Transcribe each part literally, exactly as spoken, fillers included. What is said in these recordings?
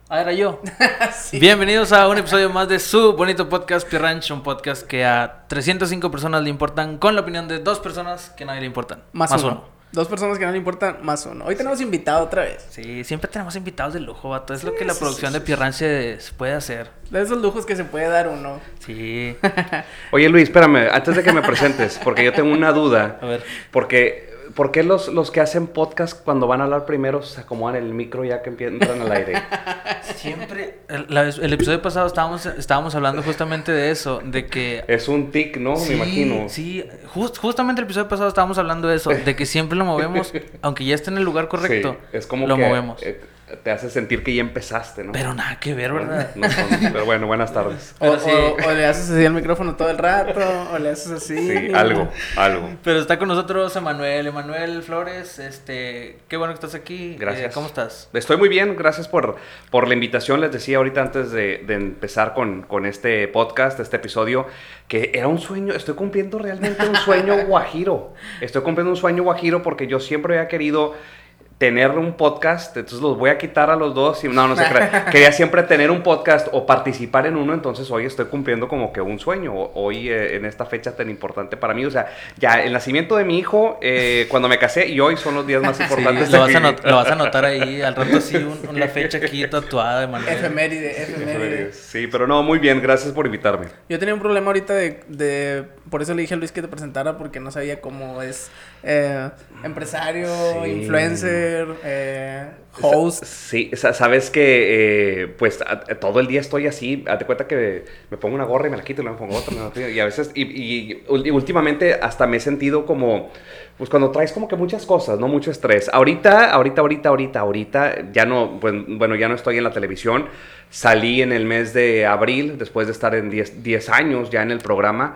Ah, era yo. Sí. Bienvenidos a un episodio más de su bonito podcast Pierre Ranch, un podcast que a trescientas cinco personas le importan, con la opinión de dos personas que a nadie le importan. Más, más uno. uno. Dos personas que no le importan, más uno. Hoy tenemos sí. invitado otra vez. Sí, siempre tenemos invitados de lujo, vato. Es sí, lo que la sí, producción sí, de Pierre Ranch se puede hacer. De esos lujos que se puede dar uno. Sí. Oye, Luis, espérame, antes de que me presentes, porque yo tengo una duda. A ver. Porque... ¿Por qué los, los que hacen podcast cuando van a hablar primero se acomodan el micro ya que entran al aire? Siempre, el, la, el episodio pasado estábamos, estábamos hablando justamente de eso, de que... Es un tic, ¿no? Sí, me imagino. Sí, just, justamente el episodio pasado estábamos hablando de eso, de que siempre lo movemos, aunque ya esté en el lugar correcto, sí, es como lo que, movemos. Eh, te hace sentir que ya empezaste, ¿no? Pero nada que ver, ¿verdad? No, no, pero bueno, buenas tardes. O, sí. o, o le haces así al micrófono todo el rato, o le haces así. Sí, algo, algo. Pero está con nosotros Emanuel, Emanuel Flores, este, qué bueno que estás aquí. Gracias. Eh, ¿Cómo estás? Estoy muy bien, gracias por, por la invitación. Les decía ahorita antes de, de empezar con, con este podcast, este episodio, que era un sueño, estoy cumpliendo realmente un sueño guajiro. Estoy cumpliendo un sueño guajiro porque yo siempre había querido... tener un podcast, entonces los voy a quitar a los dos y no, no sé, quería siempre tener un podcast o participar en uno, entonces hoy estoy cumpliendo como que un sueño, hoy eh, en esta fecha tan importante para mí, o sea, ya el nacimiento de mi hijo, eh, cuando me casé y hoy son los días más importantes. Sí, lo, vas a not- lo vas a notar ahí, al rato sí, un, un, la fecha aquí tatuada de Manuel. Efeméride, efeméride. Sí, pero no, muy bien, gracias por invitarme. Yo tenía un problema ahorita de, de por eso le dije a Luis que te presentara, porque no sabía cómo es eh, empresario, sí. influencer, Eh, host. Sí, sabes que eh, pues a, a, todo el día estoy así, hazte cuenta que me pongo una gorra y me la quito y luego me pongo otra, me la quito, y a veces, y, y, y últimamente hasta me he sentido como, pues cuando traes como que muchas cosas, ¿no? Mucho estrés. Ahorita, ahorita, ahorita, ahorita, ahorita, ya no, pues, bueno, ya no estoy en la televisión, salí en el mes de abril, después de estar en diez años ya en el programa,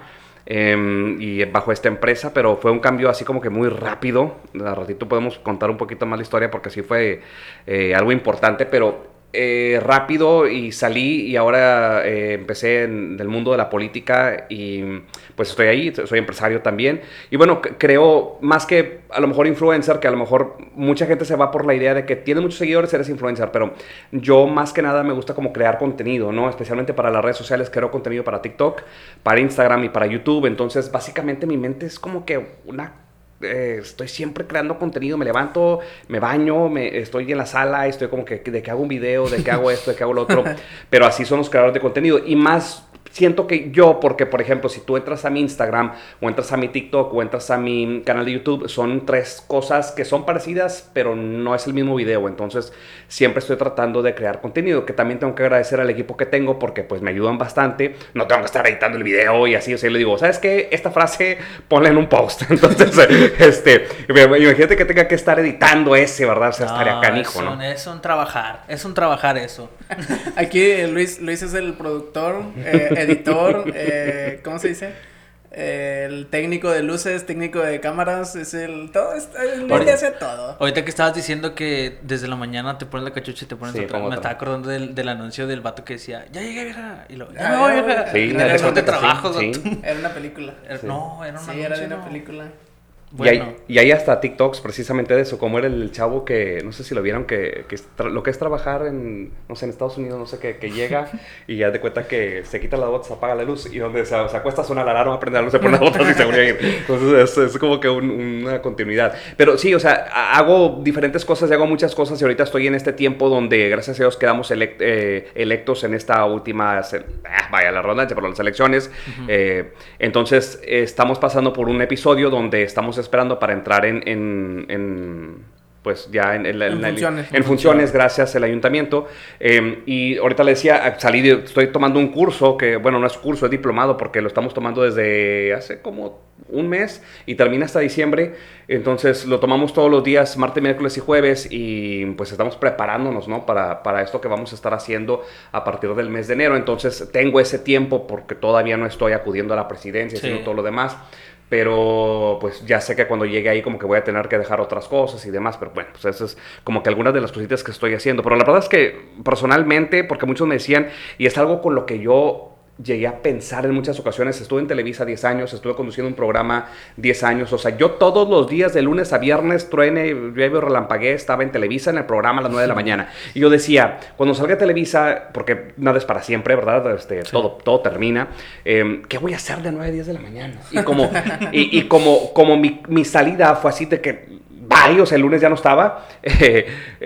Eh, y bajo esta empresa, pero fue un cambio así como que muy rápido. A ratito podemos contar un poquito más la historia porque sí fue eh, algo importante, pero eh, rápido, y salí y ahora eh, empecé en el mundo de la política y pues estoy ahí, soy empresario también y bueno, c- creo más que a lo mejor influencer, que a lo mejor mucha gente se va por la idea de que tienes muchos seguidores, eres influencer, pero yo más que nada me gusta como crear contenido, ¿no? Especialmente para las redes sociales, creo contenido para TikTok, para Instagram y para YouTube, entonces básicamente mi mente es como que una... Eh, estoy siempre creando contenido, me levanto, me baño, me, estoy en la sala, estoy como que de que hago un video, de que hago esto, de que hago lo otro, pero así son los creadores de contenido y más siento que yo, porque por ejemplo si tú entras a mi Instagram o entras a mi TikTok o entras a mi canal de YouTube, son tres cosas que son parecidas pero no es el mismo video, entonces siempre estoy tratando de crear contenido, que también tengo que agradecer al equipo que tengo porque pues me ayudan bastante, no tengo que estar editando el video y así, o sea, le digo, ¿sabes qué? Esta frase ponla en un post, entonces este, imagínate que tenga que estar editando ese, ¿verdad? O sea, no, estaría canijo, es un, ¿no? Es un trabajar, es un trabajar eso. Aquí Luis, Luis es el productor, eh, editor, eh, ¿cómo se dice? Eh, el técnico de luces, técnico de cámaras, es el todo, es, el Luis le hace todo. Ahorita que estabas diciendo que desde la mañana te pones la cachucha y te pones sí, otra, me otra. estaba acordando del, del anuncio del vato que decía, ya llegué, vieja, y lo, ya Ah, me voy, vieja. Sí, y me era recuerdo de que trabajo, sí, vato. sí. Era una película. Era- Sí. No, era una Sí, anuncio, era de una no. película. Bueno. Y, hay, y hay hasta TikToks precisamente de eso, como era el chavo que, no sé si lo vieron, que, que tra- lo que es trabajar en, no sé, en Estados Unidos, no sé, que, que llega y ya de cuenta que se quita las botas, se apaga la luz y donde se, se acuesta suena la alarma, prende la luz, se pone las botas y se une ahí. Entonces es, es como que un, una continuidad. Pero sí, o sea, hago diferentes cosas y hago muchas cosas y ahorita estoy en este tiempo donde, gracias a Dios, quedamos elect, eh, electos en esta última, se, ah, vaya la redundancia, pero las elecciones. Uh-huh. eh, entonces eh, estamos pasando por un episodio donde estamos esperando para entrar en, en, en pues ya en, en, en, en, funciones, en, en funciones, gracias al ayuntamiento. Eh, y ahorita le decía, salí de, estoy tomando un curso que, bueno, no es curso, es diplomado porque lo estamos tomando desde hace como un mes y termina hasta diciembre. Entonces lo tomamos todos los días, martes, miércoles y jueves, y pues estamos preparándonos, ¿no? Para, para esto que vamos a estar haciendo a partir del mes de enero. Entonces tengo ese tiempo porque todavía no estoy acudiendo a la presidencia, sí. haciendo todo lo demás. Pero pues ya sé que cuando llegue ahí como que voy a tener que dejar otras cosas y demás, pero bueno, pues eso es como que algunas de las cositas que estoy haciendo. Pero la verdad es que personalmente, porque muchos me decían, y es algo con lo que yo llegué a pensar en muchas ocasiones. Estuve en Televisa diez años, estuve conduciendo un programa diez años. O sea, yo todos los días, de lunes a viernes, truene, llueve o relampagué, estaba en Televisa en el programa a las nueve de la mañana. Y yo decía, cuando salga Televisa, porque nada es para siempre, ¿verdad? Este, sí. todo, todo termina. Eh, ¿Qué voy a hacer de nueve a diez de la mañana? Y como, y, y como, como mi, mi salida fue así de que, bye, o sea, el lunes ya no estaba. Eh,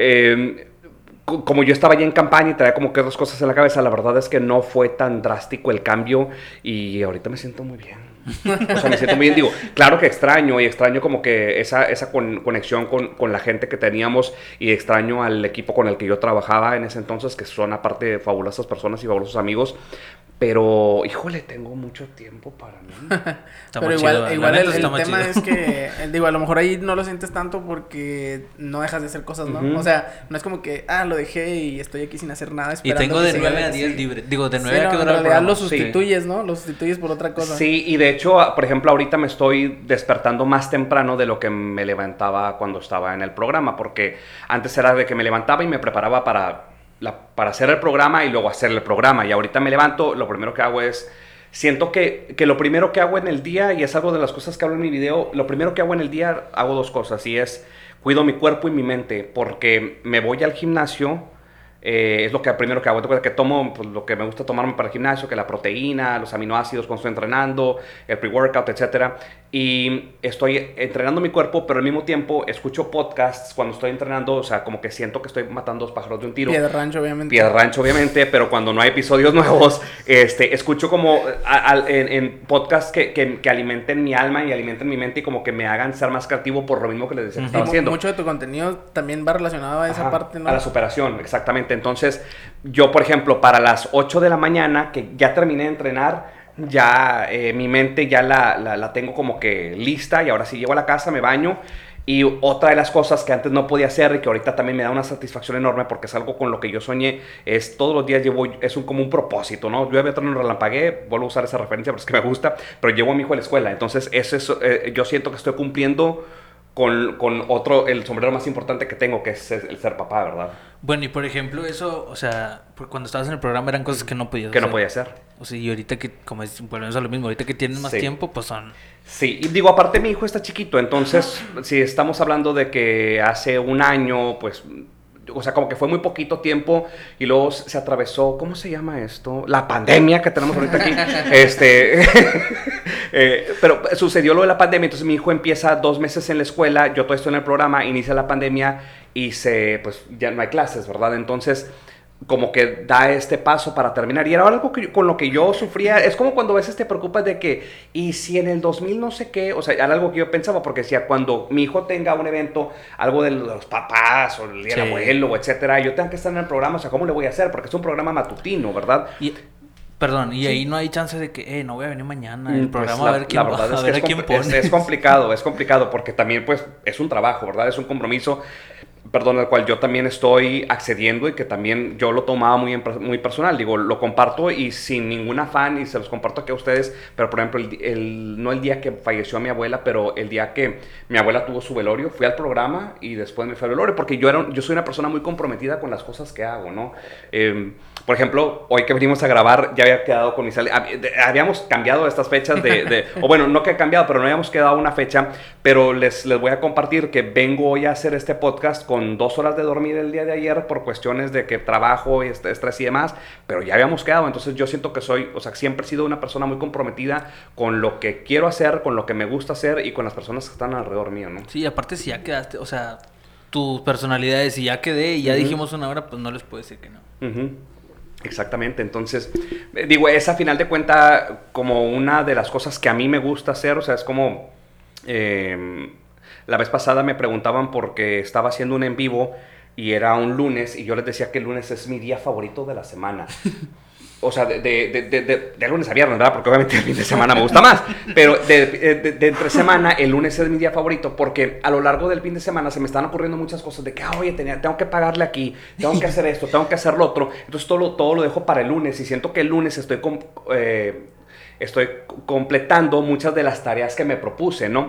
eh, Como yo estaba ya en campaña y traía como que dos cosas en la cabeza, la verdad es que no fue tan drástico el cambio y ahorita me siento muy bien. O sea, me siento muy bien. Digo, claro que extraño y extraño como que esa, esa con, conexión con, con la gente que teníamos y extraño al equipo con el que yo trabajaba en ese entonces, que son aparte fabulosas personas y fabulosos amigos. Pero, híjole, tengo mucho tiempo para mí. Pero igual, chido, igual el, el tema chido. Es que, digo, a lo mejor ahí no lo sientes tanto porque no dejas de hacer cosas, ¿no? Uh-huh. O sea, no es como que, ah, lo dejé y estoy aquí sin hacer nada esperando. Y tengo de nueve a diez libre. Digo, de nueve sí, a que no, dura en el realidad programa. lo sustituyes, sí. ¿no? Lo sustituyes por otra cosa. Sí, y de hecho, por ejemplo, ahorita me estoy despertando más temprano de lo que me levantaba cuando estaba en el programa. Porque antes era de que me levantaba y me preparaba para... La, para hacer el programa y luego hacer el programa. Y ahorita me levanto, lo primero que hago es... Siento que, que lo primero que hago en el día, y es algo de las cosas que hablo en mi video, lo primero que hago en el día, hago dos cosas. Y es, cuido mi cuerpo y mi mente. Porque me voy al gimnasio... Eh, es lo que primero que hago, que tomo pues, lo que me gusta tomarme para el gimnasio, que la proteína, los aminoácidos cuando estoy entrenando, el pre-workout, etcétera. Y estoy entrenando mi cuerpo, pero al mismo tiempo escucho podcasts cuando estoy entrenando, o sea, como que siento que estoy matando dos pájaros de un tiro. Piedra Rancho, obviamente. Piedra Rancho, obviamente, pero cuando no hay episodios nuevos, este, escucho como a, a, en, en podcasts que, que, que alimenten mi alma y alimenten mi mente y como que me hagan ser más creativo por lo mismo que les decía que estaba haciendo. Mucho de tu contenido también va relacionado a esa Ajá, parte, ¿no? A la superación, exactamente. Entonces, yo, por ejemplo, para las ocho de la mañana, que ya terminé de entrenar, ya eh, mi mente ya la, la, la tengo como que lista y ahora sí llego a la casa, me baño. Y otra de las cosas que antes no podía hacer y que ahorita también me da una satisfacción enorme porque es algo con lo que yo soñé, es todos los días llevo, es un, como un propósito, ¿no? Llueve, trueno, relampagué, vuelvo a usar esa referencia porque es que me gusta, pero llevo a mi hijo a la escuela. Entonces, eso es, eh, yo siento que estoy cumpliendo con, con otro, el sombrero más importante que tengo, que es el ser papá, ¿verdad? Bueno, y por ejemplo, eso, o sea, cuando estabas en el programa eran cosas que no podías que hacer. no podía hacer. O sea, y ahorita que, como es, volvemos a lo mismo, ahorita que tienes más sí. tiempo, pues son... Sí, y digo, aparte mi hijo está chiquito, entonces, si estamos hablando de que hace un año, pues... O sea, como que fue muy poquito tiempo y luego se atravesó, ¿cómo se llama esto? La pandemia que tenemos ahorita aquí. este, eh, pero sucedió lo de la pandemia, entonces mi hijo empieza dos meses en la escuela, yo todavía estoy en el programa, inicia la pandemia y se, pues ya no hay clases, ¿verdad? Entonces... como que da este paso para terminar. Y era algo que yo, con lo que yo sufría. Es como cuando a veces te preocupas de que, y si en el dos mil no sé qué, o sea, era algo que yo pensaba, porque decía, cuando mi hijo tenga un evento, algo de los papás, o el día del sí. abuelo, etcétera, yo tengo que estar en el programa, o sea, ¿cómo le voy a hacer? Porque es un programa matutino, ¿verdad? Y... Perdón, y sí. ahí no hay chance de que, eh, no voy a venir mañana el programa pues la, a ver quién, la verdad va, es a ver que a quién es, pone. Es, es complicado, es complicado, porque también, pues, es un trabajo, ¿verdad? Es un compromiso, perdón, al cual yo también estoy accediendo y que también yo lo tomaba muy, muy personal. Digo, lo comparto y sin ningún afán y se los comparto aquí a ustedes, pero por ejemplo, el, el, no el día que falleció mi abuela, pero el día que mi abuela tuvo su velorio, fui al programa y después me fui al velorio, porque yo, era, yo soy una persona muy comprometida con las cosas que hago, ¿no? Eh, por ejemplo, hoy que venimos a grabar, ya había quedado con mis... Habíamos cambiado estas fechas de... de o bueno, no que ha cambiado, pero no habíamos quedado una fecha, pero les, les voy a compartir que vengo hoy a hacer este podcast con dos horas de dormir el día de ayer por cuestiones de que trabajo y estrés y demás, pero ya habíamos quedado. Entonces yo siento que soy, o sea, siempre he sido una persona muy comprometida con lo que quiero hacer, con lo que me gusta hacer y con las personas que están alrededor mío, ¿no? Sí, aparte si ya quedaste, o sea, tus personalidades, si ya quedé y ya uh-huh. dijimos una hora, pues no les puedo decir que no. Uh-huh. Exactamente, entonces, eh, digo, es a final de cuenta como una de las cosas que a mí me gusta hacer, o sea, es como, eh, la vez pasada me preguntaban porque estaba haciendo un en vivo y era un lunes y yo les decía que el lunes es mi día favorito de la semana. O sea, de, de, de, de, de lunes a viernes, ¿verdad? Porque obviamente el fin de semana me gusta más. Pero de, de, de, de entre semana, el lunes es mi día favorito porque a lo largo del fin de semana se me están ocurriendo muchas cosas de que, ah, oye, tenía, tengo que pagarle aquí, tengo que hacer esto, tengo que hacer lo otro. Entonces todo lo, todo lo dejo para el lunes y siento que el lunes estoy con... Eh, estoy completando muchas de las tareas que me propuse, ¿no?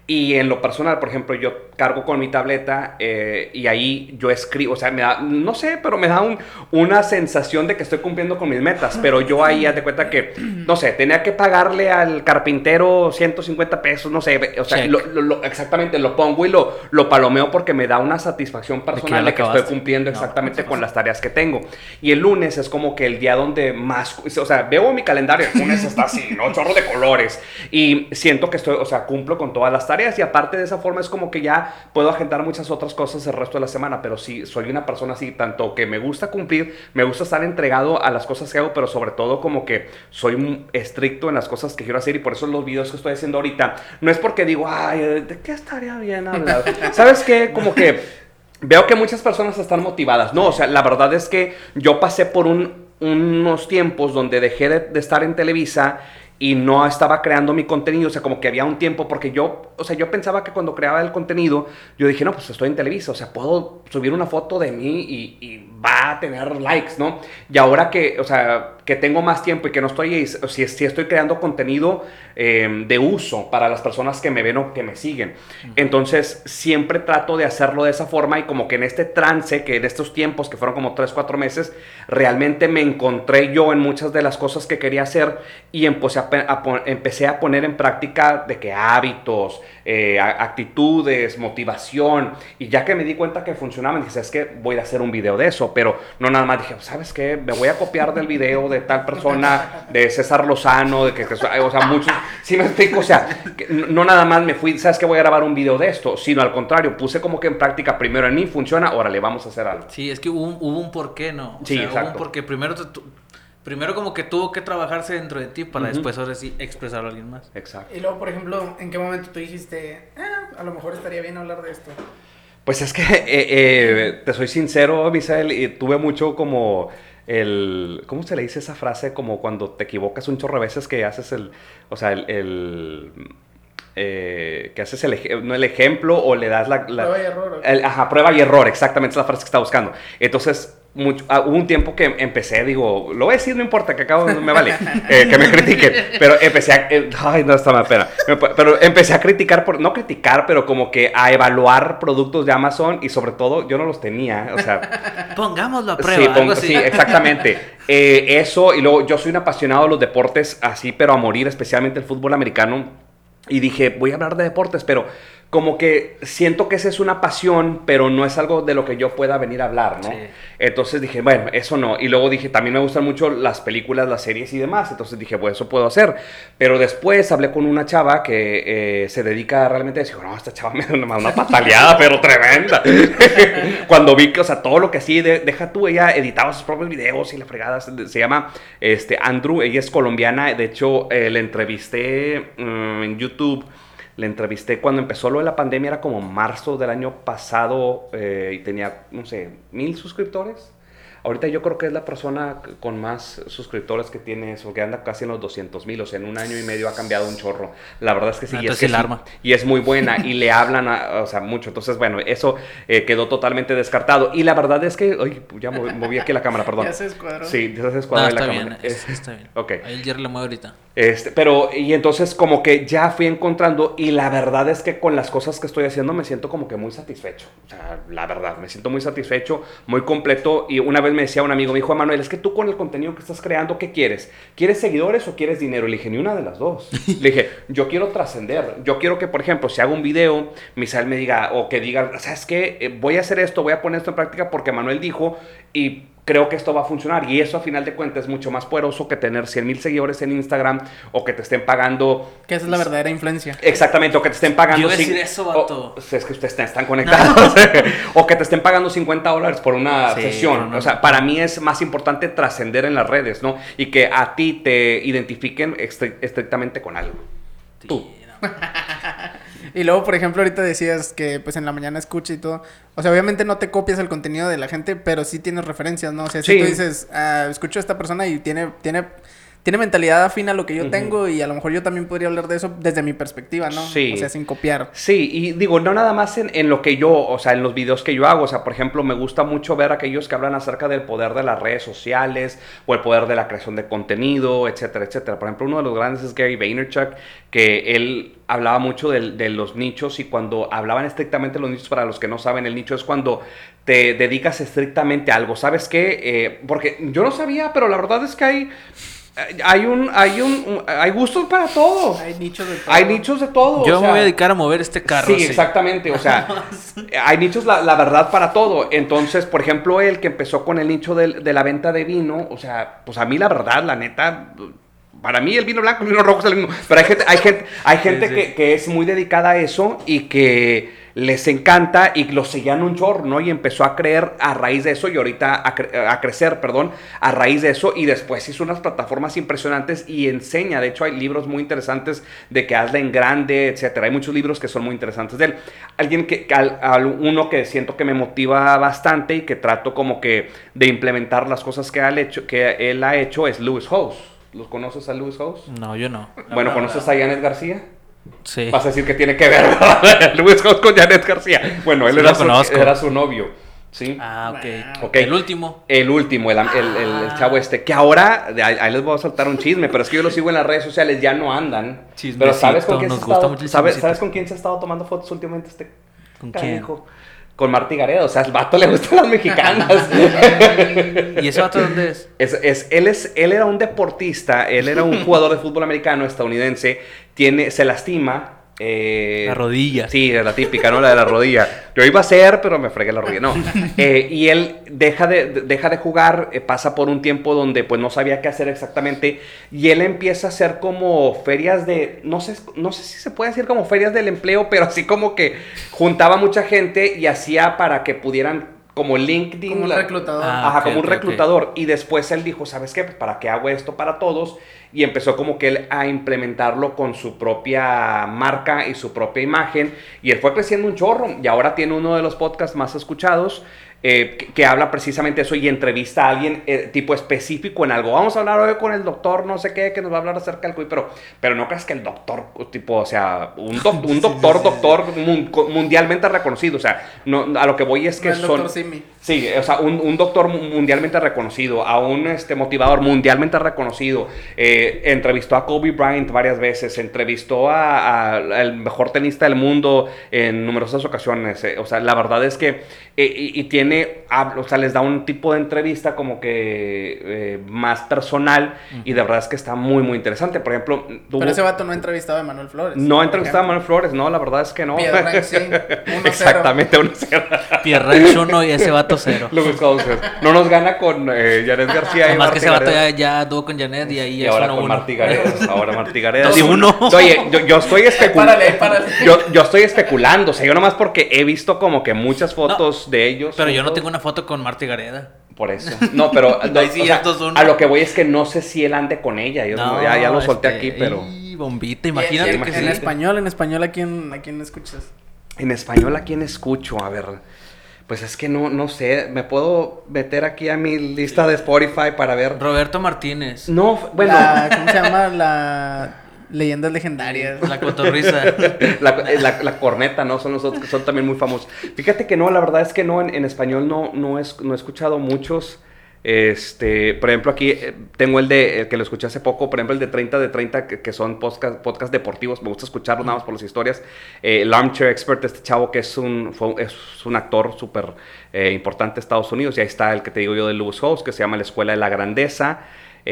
Y en lo personal, por ejemplo, yo cargo con mi tableta eh, y ahí yo escribo, o sea, me da, no sé, pero me da un, una sensación de que estoy cumpliendo con mis metas, pero yo ahí, haz de cuenta que, no sé, tenía que pagarle al carpintero ciento cincuenta pesos, no sé, o sea, lo, lo, lo, exactamente, lo pongo y lo, lo palomeo porque me da una satisfacción personal de que, de que estoy cumpliendo exactamente no, con las tareas que tengo. Y el lunes es como que el día donde más, o sea, veo mi calendario, el lunes está así, ¿no? Chorro de colores, y siento que estoy, o sea, cumplo con todas las tareas. Y aparte de esa forma es como que ya puedo agendar muchas otras cosas el resto de la semana, pero sí, soy una persona así, tanto que me gusta cumplir, me gusta estar entregado a las cosas que hago, pero sobre todo como que soy muy estricto en las cosas que quiero hacer y por eso los videos que estoy haciendo ahorita, no es porque digo, ay, ¿de qué estaría bien hablar? ¿Sabes qué? Como que veo que muchas personas están motivadas, no, o sea, la verdad es que yo pasé por un, unos tiempos donde dejé de, de estar en Televisa y no estaba creando mi contenido, o sea, como que había un tiempo, porque yo, o sea, yo pensaba que cuando creaba el contenido, yo dije, no, pues estoy en Televisa, o sea, puedo subir una foto de mí y, y va a tener likes, ¿no? Y ahora que, o sea, que tengo más tiempo y que no estoy, si, si estoy creando contenido eh, de uso para las personas que me ven o que me siguen. Entonces, siempre trato de hacerlo de esa forma y como que en este trance, que en estos tiempos, que fueron como tres, cuatro meses, realmente me encontré yo en muchas de las cosas que quería hacer y empecé a A, a, empecé a poner en práctica de que hábitos, eh, actitudes, motivación, y ya que me di cuenta que funcionaba, me dije, es que voy a hacer un video de eso, pero no nada más dije, ¿sabes qué? Me voy a copiar del video de tal persona, de César Lozano, de que, que o sea, muchos, sí me explico, o sea, que no nada más me fui, ¿sabes qué? Voy a grabar un video de esto, sino al contrario, puse como que en práctica primero en mí, funciona, órale, vamos a hacer algo. Sí, es que hubo un, hubo un porqué, ¿no? O sí, sea, exacto. Hubo un porqué, primero te, Primero como que tuvo que trabajarse dentro de ti para uh-huh. después ahora sí expresarlo a alguien más. Exacto. Y luego, por ejemplo, ¿en qué momento tú dijiste, ah, a lo mejor estaría bien hablar de esto? Pues es que, eh, eh, te soy sincero, Misael, y tuve mucho como el... ¿Cómo se le dice esa frase? Como cuando te equivocas un chorro de veces que haces el... O sea, el... el Eh, que haces el, no, el ejemplo o le das la... la prueba y error. El, ajá, prueba y error, exactamente, es la frase que estaba buscando. Entonces, mucho, uh, hubo un tiempo que empecé, digo, lo voy a decir, no importa, que acabo, no me vale, eh, que me critiquen, pero empecé a... Eh, ay, no, está mal pena. Pero empecé a criticar, por, no criticar, pero como que a evaluar productos de Amazon y sobre todo, yo no los tenía, o sea... Pongámoslo a prueba, sí, pon, algo así. Sí, exactamente. Eh, eso, y luego yo soy un apasionado de los deportes así, pero a morir, especialmente el fútbol americano. Y dije, voy a hablar de deportes, pero como que siento que esa es una pasión, pero no es algo de lo que yo pueda venir a hablar, ¿no? Sí. Entonces dije, bueno, eso no. Y luego dije, también me gustan mucho las películas, las series y demás. Entonces dije, pues eso puedo hacer. Pero después hablé con una chava que eh, se dedica realmente a decir, no, esta chava me da una, una pataleada, pero tremenda. Cuando vi que, o sea, todo lo que así, de, deja tú, ella editaba sus propios videos y la fregada. Se, se llama este, Andrew, ella es colombiana. De hecho, eh, le entrevisté um, en YouTube. Le entrevisté cuando empezó lo de la pandemia, era como marzo del año pasado eh, y tenía, no sé, mil suscriptores. Ahorita yo creo que es la persona con más suscriptores que tiene eso, que anda casi en los doscientos mil, o sea, en un año y medio ha cambiado un chorro. La verdad es que sí, ah, y, es que sí arma. y es muy buena y le hablan, a, o sea, mucho. Entonces, bueno, eso eh, quedó totalmente descartado. Y la verdad es que, ay, ya moví, moví aquí la cámara, perdón. Ya se escuadró. Sí, ya se escuadró no, la está cámara. Bien, es, está bien, Ok. Ahí el Jerry le mueve ahorita. Este, pero, y entonces como que ya fui encontrando y la verdad es que con las cosas que estoy haciendo me siento como que muy satisfecho. O sea, la verdad, me siento muy satisfecho, muy completo. Y una vez me decía un amigo, me dijo, Manuel, es que tú con el contenido que estás creando, ¿qué quieres? ¿Quieres seguidores o quieres dinero? Le dije, ni una de las dos. Le dije, yo quiero trascender. Yo quiero que, por ejemplo, si hago un video, Misael me diga, o que diga, ¿sabes qué? Eh, voy a hacer esto, voy a poner esto en práctica porque Manuel dijo y... creo que esto va a funcionar y eso a final de cuentas es mucho más poderoso que tener cien mil seguidores en Instagram o que te estén pagando... Que esa es la verdadera influencia. Exactamente, o que te estén pagando... Yo iba a decir eso, vato. O, es que ustedes están conectados. O que te estén pagando cincuenta dólares por una sí, sesión. No, no, o sea, para mí es más importante trascender en las redes, ¿no? Y que a ti te identifiquen estrictamente con algo. Sí, Tú. No. Y luego, por ejemplo, ahorita decías que pues en la mañana escucha y todo. O sea, obviamente no te copias el contenido de la gente, pero sí tienes referencias, ¿no? O sea, si sí. tú dices, ah, escucho a esta persona y tiene, tiene, tiene mentalidad afín a lo que yo Ujú. tengo y a lo mejor yo también podría hablar de eso desde mi perspectiva, ¿no? Sí. O sea, sin copiar. Sí, y digo, no nada más en, en lo que yo, o sea, en los videos que yo hago, o sea, por ejemplo, me gusta mucho ver a aquellos que hablan acerca del poder de las redes sociales o el poder de la creación de contenido, etcétera, etcétera. Por ejemplo, uno de los grandes es Gary Vaynerchuk, que él hablaba mucho de, de los nichos y cuando hablaban estrictamente de los nichos, para los que no saben, el nicho es cuando te dedicas estrictamente a algo. ¿Sabes qué? Eh, porque yo no sabía, pero la verdad es que hay... Hay un, hay un, un- hay gustos para todo. Hay nichos de todo. Hay nichos de todo. Yo o me sea, voy a dedicar a mover este carro. Sí, exactamente. O sea, hay nichos, la, la verdad, para todo. Entonces, por ejemplo, él que empezó con el nicho del- de, la venta de vino, o sea, pues a mí la verdad, la neta, para mí el vino blanco, el vino rojo es el mismo. Pero hay gente, hay gente, hay gente Sí, sí. Que, que es muy dedicada a eso y que les encanta y lo seguían un chorro, ¿no? Y empezó a creer a raíz de eso y ahorita a, cre- a crecer, perdón, a raíz de eso y después hizo unas plataformas impresionantes y enseña, de hecho hay libros muy interesantes de que hazla en grande, etcétera. Hay muchos libros que son muy interesantes de él. Alguien que, al, al- uno que siento que me motiva bastante y que trato como que de implementar las cosas que, él ha hecho, que él ha hecho es Lewis Howes. ¿Los conoces a Lewis Howes? No, yo no. Bueno, ¿conoces a Janet García? Sí. Vas a decir que tiene que ver, ¿verdad? Lewis Howes con Janet García. Bueno, él Sí, era, lo su, conozco. era su novio, ¿sí? Ah, ok. Ok. El último. El último, el, el, el- el chavo este, que ahora, ahí, ahí les voy a soltar un chisme, pero es que yo lo sigo en las redes sociales, ya no andan. Chismecito, Pero ¿sabes con quién se ha nos gusta estado, mucho el ¿sabes, chismecito. ¿sabes con quién se ha estado tomando fotos últimamente este ¿Con quién? canijo? Con Martí Gareda, o sea, al vato le gustan las mexicanas. ¿Y ese vato dónde es? Es, es, él, es, él era un deportista, él era un jugador de fútbol americano estadounidense, tiene, se lastima. Eh, La rodilla. Sí, es la típica, ¿no? La de la rodilla. Yo iba a hacer, pero me fregué la rodilla. No. Eh, y él deja de, de- deja de jugar, eh, pasa por un tiempo donde pues no sabía qué hacer exactamente. Y él empieza a hacer como ferias de, no sé, no sé si se puede decir como ferias del empleo, pero así como que juntaba mucha gente y hacía para que pudieran, como LinkedIn. Como un la- reclutador. Ah, Ajá, ok, como un ok, reclutador. Y después él dijo, ¿sabes qué? Pues, ¿para qué hago esto para todos? Y empezó como que él a implementarlo con su propia marca y su propia imagen. Y él fue creciendo un chorro. Y ahora tiene uno de los podcasts más escuchados. eh, que, que habla precisamente eso y entrevista a alguien eh, tipo específico en algo. Vamos a hablar hoy con el doctor no sé qué, que nos va a hablar acerca del COVID, pero, pero no creas que el doctor, tipo, o sea, un, doc- un doctor, doctor mun- mundialmente reconocido, o sea, no, a lo que voy es que No el son... doctor Simi. Sí, o sea, un, un doctor mu- mundialmente reconocido, a un este, motivador mundialmente reconocido, eh, entrevistó a Kobe Bryant varias veces, entrevistó a, a- al mejor tenista del mundo en numerosas ocasiones, eh, o sea, la verdad es que, eh, y, y tiene, hab- o sea, les da un tipo de entrevista como que eh, más personal, y de verdad es que está muy, muy interesante. Por ejemplo, tuvo- Pero ese vato no ha entrevistado a Manuel Flores. no por ha entrevistado a ejemplo. Manuel Flores, no, la verdad es que no. Pierre Rank, sí. uno cero. Exactamente, uno cero. Pierre Ranch uno y ese vato cero. Luis Howes. No nos gana con eh, Janet García y Además que Martí ese vato Gareda. ya, ya anduvo con Janet y ahí Y es ahora uno con uno. Martí Gareda. Ahora Martí Gareda. Dos y uno. Oye, yo, yo estoy especulando. Párale, párale. Yo, yo estoy especulando. O sea, yo nomás porque he visto como que muchas fotos de ellos. Pero yo no juntos. tengo una foto con Marty Gareda. Por eso. No, pero no, Ahí sí, o sea, ya dos uno. a lo que voy es que no sé si él ande con ella. Yo no- ya, ya lo solté este, aquí, pero... y bombita, Y en- imagínate en, que en sí. español, en español, ¿a quién, a quién escuchas? En español, ¿a quién escucho? A ver, pues es que no, no sé. ¿Me puedo meter aquí a mi lista de Spotify para ver? Roberto Martínez. No, bueno, La- ¿Cómo se llama? La Leyendas Legendarias. La cotorriza. la, la- la corneta, ¿no? Son los otros que son también muy famosos. Fíjate que no, la verdad es que no, en, en español no, no, es, no he escuchado muchos. Este, por ejemplo, aquí eh, tengo el de, el que lo escuché hace poco, por ejemplo, el de treinta de treinta, que, que son podcast, podcast deportivos. Me gusta escucharlos nada más por las historias. Eh, el Armchair Expert, este chavo que es un, fue, es un actor súper eh, importante de Estados Unidos. Y ahí está el que te digo yo de Lewis Howes, que se llama La Escuela de la Grandeza.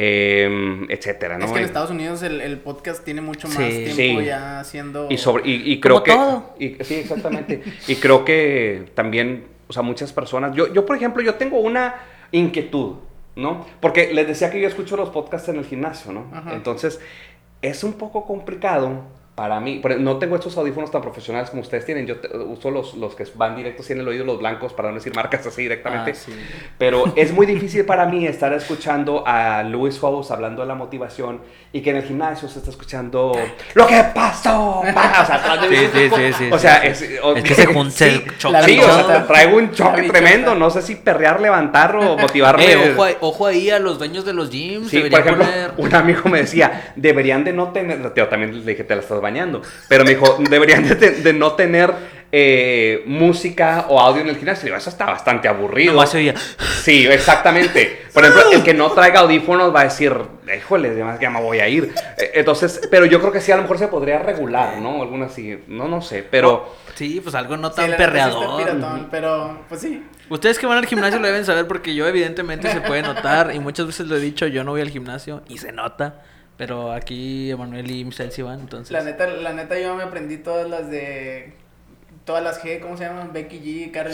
Eh, etcétera, ¿no? Es que en Y- Estados Unidos el, el podcast tiene mucho más Sí. tiempo Sí. ya haciendo... Y, sobre, y, y creo Como que... todo. y- sí, exactamente. Y creo que también, o sea, muchas personas... Yo, yo, por ejemplo, yo tengo una inquietud, ¿no? Porque les decía que yo escucho los podcasts en el gimnasio, ¿no? Ajá. Entonces, es un poco complicado para mí, no tengo estos audífonos tan profesionales como ustedes tienen. Yo te, uso los, los que van directos en el oído, los blancos, para no decir marcas así directamente. Ah, sí. Pero es muy difícil para mí estar escuchando a Luis Fous hablando de la motivación y que en el gimnasio se está escuchando lo que pasó. Pa, o sea, sí, sí, sí, sí, o sea, sí, es, sí. O, es que se junta el choque. Sí, o sea, traigo un choque tremendo. No sé si perrear, levantar o motivarme. Eh, ojo, ojo ahí a los dueños de los gyms. Sí, por ejemplo, poner... un amigo me decía, deberían de no tener, yo también le dije, te la estás bañando, pero me dijo, deberían de, de no tener eh, música o audio en el gimnasio. Digo, eso está bastante aburrido. No, se oía. Sí, exactamente. Por ejemplo, el que no traiga audífonos va a decir, híjole, ya me voy a ir. Entonces, pero yo creo que sí, a lo mejor se podría regular, ¿no? Alguna así, no, no sé, pero... Sí, pues algo no tan sí, perreador. Piratón, pero, pues sí. Ustedes que van al gimnasio lo deben saber porque yo evidentemente se puede notar y muchas veces lo he dicho, yo no voy al gimnasio y se nota. Pero aquí Emanuel y Michelle sí van, entonces... La neta, la neta yo me aprendí todas las de... Todas las G, ¿cómo se llaman? Becky G, Karol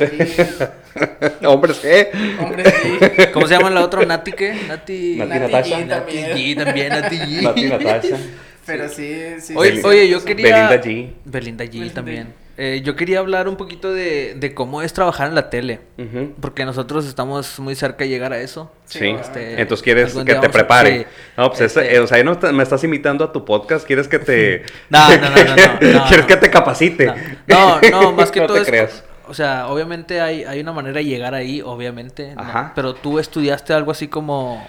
G. Hombres G. Hombres G. ¿Cómo se llama la otra? ¿Nati qué? Nati... Nati Natasha. Nati G también, Nati G. Nati Natasha. Pero sí, sí. Oye, sí, oye sí, yo sí. quería... Belinda G. Belinda G Belinda también. G. Eh, yo quería hablar un poquito de, de cómo es trabajar en la tele. Uh-huh. Porque nosotros estamos muy cerca de llegar a eso. Sí, este, entonces quieres que te prepare. Sí, no, pues este... ese, eh, o sea, no me estás invitando a tu podcast, quieres que te... no, no, no, no, no, no Quieres no. que te capacite. No, no, no más que no todo te creas. es... O sea, obviamente hay, hay una manera de llegar ahí, obviamente. Ajá. ¿no? Pero tú estudiaste algo así como...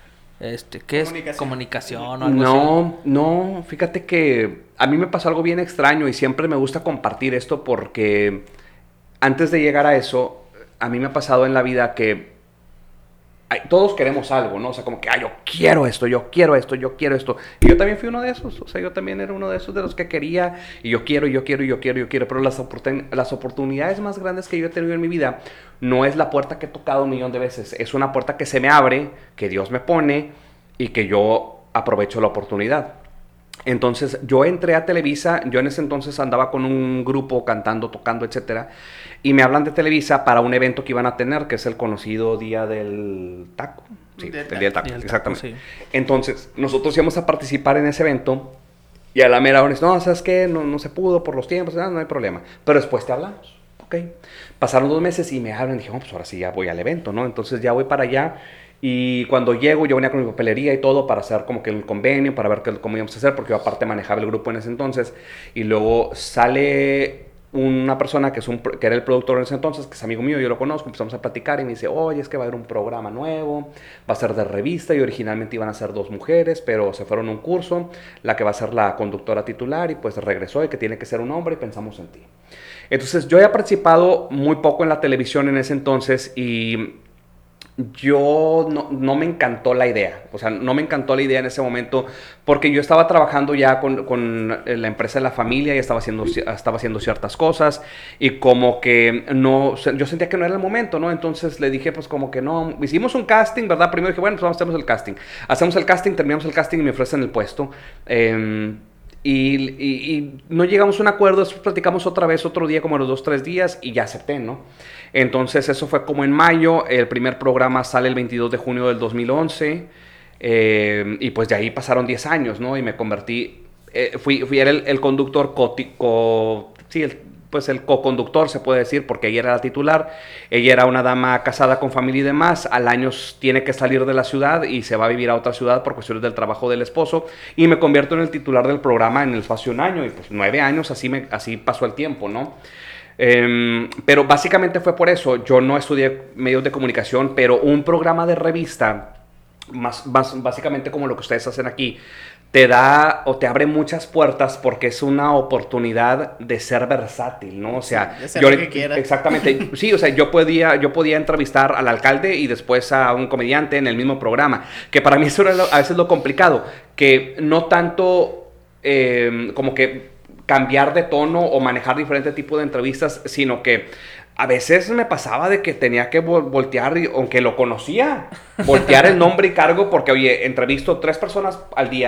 Este, ¿qué es? Comunicación. Comunicación o algo no, así. No, no, fíjate que a mí me pasó algo bien extraño y siempre me gusta compartir esto porque antes de llegar a eso, a mí me ha pasado en la vida que ay, todos queremos algo, ¿no? O sea, como que, ah, yo quiero esto, yo quiero esto, yo quiero esto. Y yo también fui uno de esos, o sea, yo también era uno de esos de los que quería y yo quiero, y yo quiero, y yo quiero, y yo quiero. Pero las, oportun- las oportunidades más grandes que yo he tenido en mi vida no es la puerta que he tocado un millón de veces, es una puerta que se me abre, que Dios me pone y que yo aprovecho la oportunidad. Entonces yo entré a Televisa, yo en ese entonces andaba con un grupo cantando, tocando, etcétera, y me hablan de Televisa para un evento que iban a tener, que es el conocido Día del Taco. Sí, del el Día del Taco, Día del exactamente. Taco, sí. Entonces nosotros íbamos a participar en ese evento y a la mera hora, no, ¿sabes qué? No, no se pudo por los tiempos, no, no hay problema, pero después te hablamos. Ok, pasaron dos meses y me hablan y dije, oh, pues ahora sí ya voy al evento, ¿no? Entonces ya voy para allá. Y cuando llego, yo venía con mi papelería y todo para hacer como que el convenio, para ver qué, cómo íbamos a hacer, porque yo aparte manejaba el grupo en ese entonces. Y luego sale una persona que, es un, que era el productor en ese entonces, que es amigo mío, yo lo conozco, empezamos a platicar y me dice, oye, es que va a haber un programa nuevo, va a ser de revista y originalmente iban a ser dos mujeres, pero se fueron a un curso, la que va a ser la conductora titular y pues regresó y que tiene que ser un hombre y pensamos en ti. Entonces yo he participado muy poco en la televisión en ese entonces y... Yo no, no me encantó la idea, o sea, no me encantó la idea en ese momento porque yo estaba trabajando ya con, con la empresa de la familia y estaba haciendo, estaba haciendo ciertas cosas y como que no, yo sentía que no era el momento, ¿no? Entonces le dije pues como que no, hicimos un casting, ¿verdad? Primero dije, bueno, pues vamos a hacer el casting. Hacemos el casting, terminamos el casting y me ofrecen el puesto. Eh, Y, y, y no llegamos a un acuerdo, después platicamos otra vez otro día, como los dos, tres días, y ya acepté, ¿no? Entonces eso fue como en mayo, el primer programa sale el veintidós de junio del dos mil once, eh, y pues de ahí pasaron diez años, ¿no? Y me convertí, eh, fui, fui el, el conductor, co, co, sí, el, pues el co-conductor se puede decir, porque ella era la titular, ella era una dama casada con familia y demás, al año tiene que salir de la ciudad y se va a vivir a otra ciudad por cuestiones del trabajo del esposo, y me convierto en el titular del programa en el espacio de un año, y pues nueve años, así, me, así pasó el tiempo, ¿no? Eh, pero básicamente fue por eso, yo no estudié medios de comunicación, pero un programa de revista, más, más básicamente como lo que ustedes hacen aquí, te da o te abre muchas puertas porque es una oportunidad de ser versátil, ¿no? O sea, sí, de ser yo lo que quiera. Exactamente. Sí, o sea, yo podía yo podía entrevistar al alcalde y después a un comediante en el mismo programa, que para mí eso era lo, a veces lo complicado, que no tanto eh, como que cambiar de tono o manejar diferentes tipos de entrevistas, sino que a veces me pasaba de que tenía que vol- voltear, y, aunque lo conocía, voltear el nombre y cargo porque, oye, entrevisto tres personas al día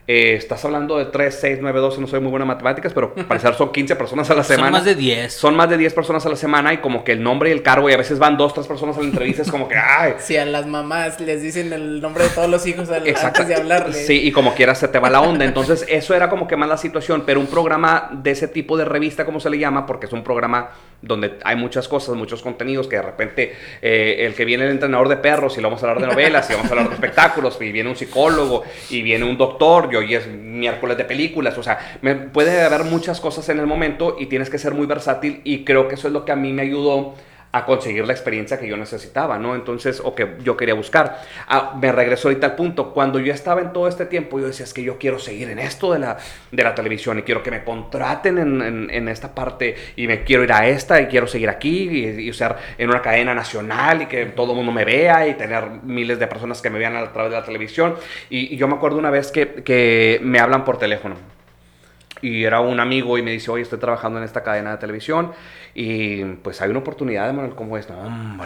Eh, estás hablando de tres, seis, nueve, doce, no soy muy buena en matemáticas, pero al parecer son quince personas a la semana. Son más de diez. Son más de diez personas a la semana y como que el nombre y el cargo, y a veces van dos, tres personas a la entrevista, es como que, ay. Si a las mamás les dicen el nombre de todos los hijos al, antes de hablarle. Sí, y como quieras se te va la onda. Entonces, eso era como que más la situación, pero un programa de ese tipo de revista, como se le llama, porque es un programa donde hay muchas cosas, muchos contenidos, que de repente eh, el que viene el entrenador de perros, y lo vamos a hablar de novelas, y vamos a hablar de espectáculos, y viene un psicólogo, y viene un doctor, y hoy es miércoles de películas, o sea, me, puede haber muchas cosas en el momento y tienes que ser muy versátil, y creo que eso es lo que a mí me ayudó a conseguir la experiencia que yo necesitaba, ¿no? Entonces, o que yo quería buscar. Ah, me regreso ahorita al punto. Cuando yo estaba en todo este tiempo, yo decía, es que yo quiero seguir en esto de la, de la televisión y quiero que me contraten en, en, en esta parte y me quiero ir a esta y quiero seguir aquí y, y ser en una cadena nacional y que todo el mundo me vea y tener miles de personas que me vean a través de la televisión. Y, y yo me acuerdo una vez que, que me hablan por teléfono. Y era un amigo y me dice, oye, estoy trabajando en esta cadena de televisión y pues hay una oportunidad, Manuel, ¿cómo es? No, hombre.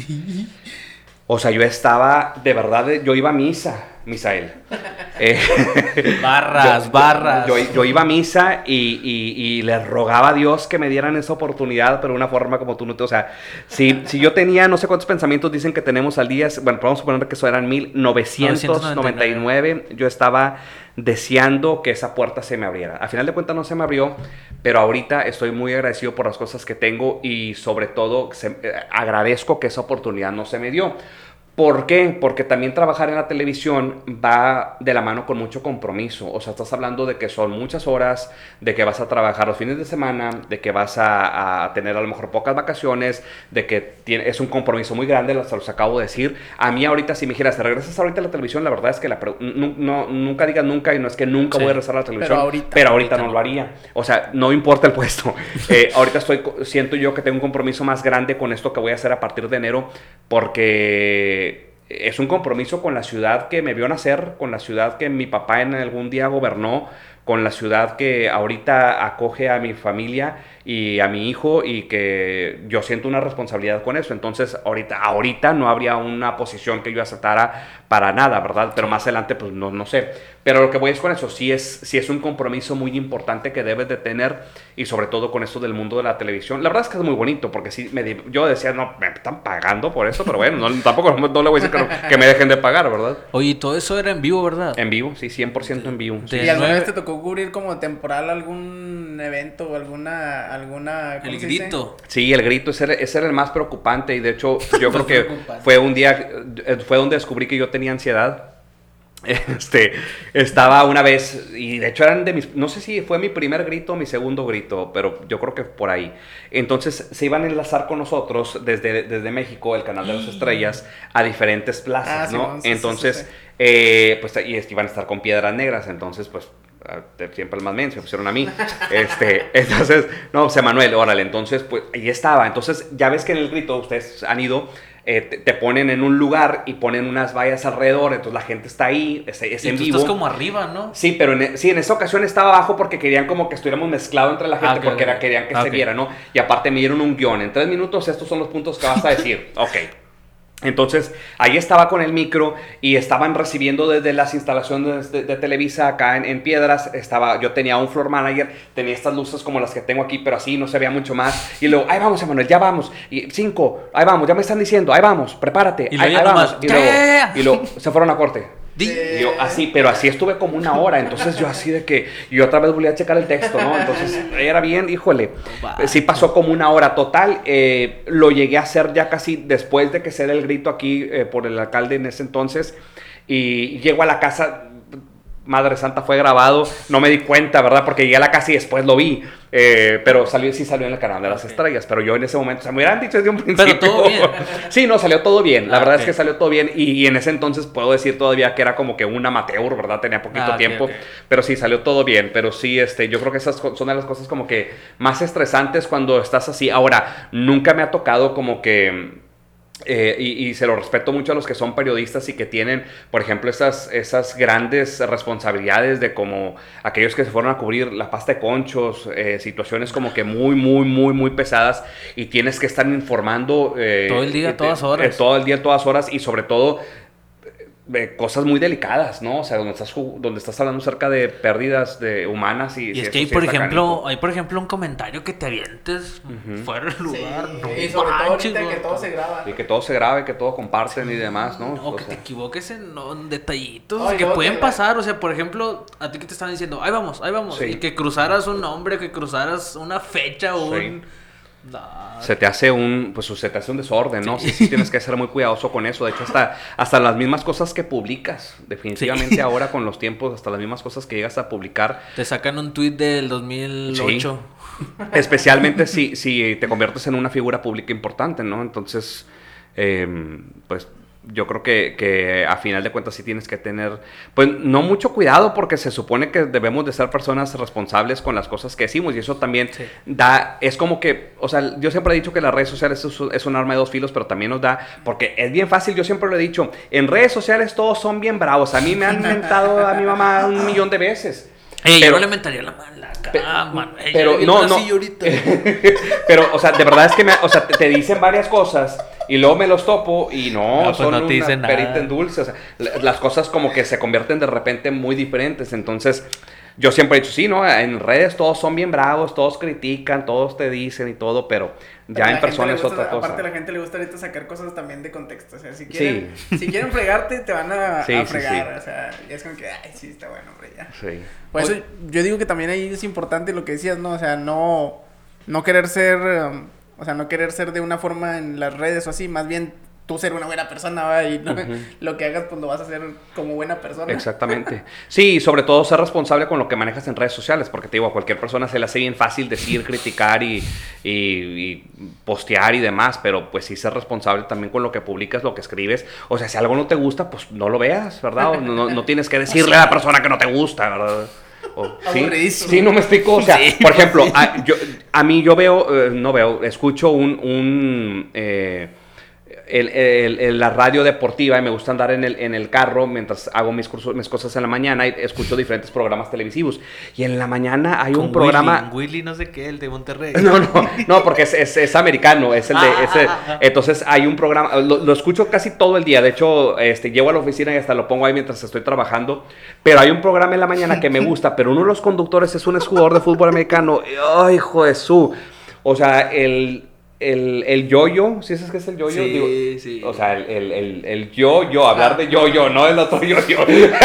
O sea, yo estaba, de verdad, yo iba a misa, Misael. Eh, barras, yo, barras. Yo, yo, yo iba a misa y, y, y le rogaba a Dios que me dieran esa oportunidad, pero de una forma como tú no te... O sea, si, si yo tenía no sé cuántos pensamientos dicen que tenemos al día, bueno, vamos a suponer que eso eran mil novecientos noventa y nueve, yo estaba deseando que esa puerta se me abriera. Al final de cuentas no se me abrió, pero ahorita estoy muy agradecido por las cosas que tengo y sobre todo se, eh, agradezco que esa oportunidad no se me dio. ¿Por qué? Porque también trabajar en la televisión va de la mano con mucho compromiso. O sea, estás hablando de que son muchas horas, de que vas a trabajar los fines de semana, de que vas a, a tener a lo mejor pocas vacaciones, de que tiene, es un compromiso muy grande, hasta los acabo de decir. A mí ahorita, si me dijeras, ¿te regresas ahorita a la televisión? La verdad es que la, no, no, nunca digas nunca, y no es que nunca sí. voy a regresar a la televisión, pero ahorita, pero ahorita, ahorita no, no lo haría. O sea, no importa el puesto. Eh, ahorita estoy, siento yo que tengo un compromiso más grande con esto que voy a hacer a partir de enero, porque es un compromiso con la ciudad que me vio nacer, con la ciudad que mi papá en algún día gobernó, con la ciudad que ahorita acoge a mi familia y a mi hijo, y que yo siento una responsabilidad con eso. Entonces ahorita, ahorita no habría una posición que yo aceptara para nada, ¿verdad? Pero más adelante pues no, no sé. Pero lo que voy es con eso, sí es, sí es un compromiso muy importante que debes de tener, y sobre todo con esto del mundo de la televisión. La verdad es que es muy bonito, porque sí, me, yo decía, no, me están pagando por eso, pero bueno, no, tampoco no, no le voy a decir que, no, que me dejen de pagar, ¿verdad? Oye, todo eso era en vivo, ¿verdad? En vivo, sí, cien por ciento en vivo. Sí. ¿Y alguna vez te tocó cubrir como temporal algún evento o alguna... alguna el grito? Sí, el grito, ese era, ese era el más preocupante, y de hecho yo creo que fue un día, fue donde descubrí que yo tenía ansiedad. Este, estaba una vez, y de hecho eran de mis, no sé si fue mi primer grito o mi segundo grito, pero yo creo que por ahí. Entonces se iban a enlazar con nosotros desde, desde México, el Canal de las Estrellas, a diferentes plazas, ah, ¿no? Sí, entonces, sí, sí, sí. Eh, pues y iban a estar con Piedras Negras, entonces pues siempre el más menso, me pusieron a mí. este, entonces, no, José Manuel, órale, entonces pues ahí estaba. Entonces ya ves que en el grito ustedes han ido. Eh, te, te ponen en un lugar y ponen unas vallas alrededor, entonces la gente está ahí, es, es y en tú vivo. Estás como arriba, ¿no? Sí, pero en, sí, en esa ocasión estaba abajo porque querían como que estuviéramos mezclados entre la gente, ah, okay, porque era, querían que okay. se viera, ¿no? Y aparte me dieron un guión, en tres minutos estos son los puntos que vas a decir. Ok. Entonces, ahí estaba con el micro y estaban recibiendo desde las instalaciones de, de Televisa acá en, en Piedras. Estaba, yo tenía un floor manager, tenía estas luces como las que tengo aquí, pero así no se veía mucho más. Y luego, ahí vamos, Emanuel, ya vamos. Y cinco, ahí vamos, ya me están diciendo, ahí vamos, prepárate. Y ahí, ahí vamos. Y luego, y luego se fueron a corte. Y yo así, pero así estuve como una hora. Entonces yo así de que, y otra vez volví a checar el texto, ¿no? Entonces era bien, híjole, sí pasó como una hora total. eh, Lo llegué a hacer ya casi después de que se dé el grito aquí eh, por el alcalde en ese entonces. Y llego a la casa, Madre Santa, fue grabado, no me di cuenta, ¿verdad? Porque llegué a la casa y después lo vi. Eh, pero salió, sí salió en el Canal de las okay. Estrellas. Pero yo en ese momento, o sea, me hubieran dicho desde un principio. Pero todo bien. Sí, no, salió todo bien. La ah, verdad okay. es que salió todo bien. Y, y en ese entonces puedo decir todavía que era como que un amateur, ¿verdad? Tenía poquito ah, okay, tiempo. Okay. Pero sí, salió todo bien. Pero sí, este, yo creo que esas son de las cosas como que más estresantes cuando estás así. Ahora, nunca me ha tocado como que... Eh, y, y se lo respeto mucho a los que son periodistas y que tienen, por ejemplo, esas, esas grandes responsabilidades de como aquellos que se fueron a cubrir la pasta de conchos, eh, situaciones como que muy, muy, muy, muy pesadas, y tienes que estar informando. Eh, todo el día, eh, todas horas. Eh, todo el día, todas horas, y sobre todo eh, cosas muy delicadas, ¿no? O sea, donde estás, donde estás hablando acerca de pérdidas de humanas y... Y si es eso que hay, sí por está ejemplo, canijo. hay, por ejemplo, un comentario que te avientes Ujú. fuera del lugar. Sí, no y sobre todo manches, ahorita que güey. todo se graba. Y que todo se grabe, que todo comparten y demás, ¿no? O O que sea, te equivoques en, no, en detallitos Ay, que luego pueden te- pasar. O sea, por ejemplo, a ti que te estaban diciendo, ahí vamos, ahí vamos. Sí. Y que cruzaras un nombre, que cruzaras una fecha o Sí. un... No. se te hace un, pues se te hace un desorden, ¿no? Sí, sí tienes que ser muy cuidadoso con eso. De hecho, hasta, hasta las mismas cosas que publicas, definitivamente Sí. ahora con los tiempos, hasta las mismas cosas que llegas a publicar, Te sacan un tweet del dos mil ocho. especialmente si, si te conviertes en una figura pública importante, ¿no? Entonces, eh, pues yo creo que, que a final de cuentas sí tienes que tener, pues no mucho cuidado porque se supone que debemos de ser personas responsables con las cosas que decimos y eso también Sí. da, es como que, o sea, yo siempre he dicho que las redes sociales es, es un arma de dos filos, pero también nos da, porque es bien fácil, yo siempre lo he dicho, en redes sociales todos son bien bravos, a mí me han mentado a mi mamá un millón de veces. Ey, Pero- yo no le mentaría la mano, la Pe- cara, mano. Ey, pero yo vi no, una no. silla ahorita. Pero, o sea, de verdad es que me, o sea, te, te dicen varias cosas y luego me los topo y no, No, pues son no te una dicen nada. perita en dulce. O sea, la- las cosas como que se convierten de repente muy diferentes. Entonces, yo siempre he dicho, sí, ¿no? En redes todos son bien bravos, todos critican, todos te dicen y todo, pero ya A la en persona gente es le gusta- otra cosa. Aparte, a la gente le gusta ahorita sacar cosas también de contexto. O sea, si quieren, si quieren fregarte, te van a, Sí, a sí, fregar. sí. O sea, ya es como que, ay, sí, está bueno, hombre, ya. Sí. Por eso yo digo que también ahí es importante lo que decías, ¿no? O sea, no, no querer ser, um, o sea, no querer ser de una forma en las redes o así, más bien tú ser una buena persona, ¿va? Y no- Ujú. lo que hagas, pues lo vas a hacer como buena persona. Exactamente. Sí, y sobre todo ser responsable con lo que manejas en redes sociales, porque te digo, a cualquier persona se le hace bien fácil decir, criticar y, y- y postear y demás, pero pues sí ser responsable también con lo que publicas, lo que escribes. O sea, si algo no te gusta, pues no lo veas, ¿verdad? O no, no, no tienes que decirle a la persona que no te gusta, ¿verdad? O- ¿sí? Aburridísimo. Sí, no me explico. O sea, Sí, por ejemplo, sí. a, yo, a mí yo veo, eh, no veo, escucho un... un eh, el, el- el- la radio deportiva y me gusta andar en el, en el carro mientras hago mis, cursos, mis cosas en la mañana y escucho diferentes programas televisivos. Y en la mañana hay Con un programa... Willy, Willy no sé qué, el de Monterrey. No, no, no, porque es, es, es americano, es el de... Ah, ese- ah, ah. entonces hay un programa, lo, lo escucho casi todo el día, de hecho, este, llego a la oficina y hasta lo pongo ahí mientras estoy trabajando, pero hay un programa en la mañana que me gusta, pero uno de los conductores es un jugador de fútbol americano, y, ¡ay, hijo de su! O sea, el... El, el yo-yo, ¿sí sabes qué es el yo-yo? Sí, Digo, sí. O sea, el, el, el, el yo-yo, hablar Ah. de yo-yo, no el otro yo-yo.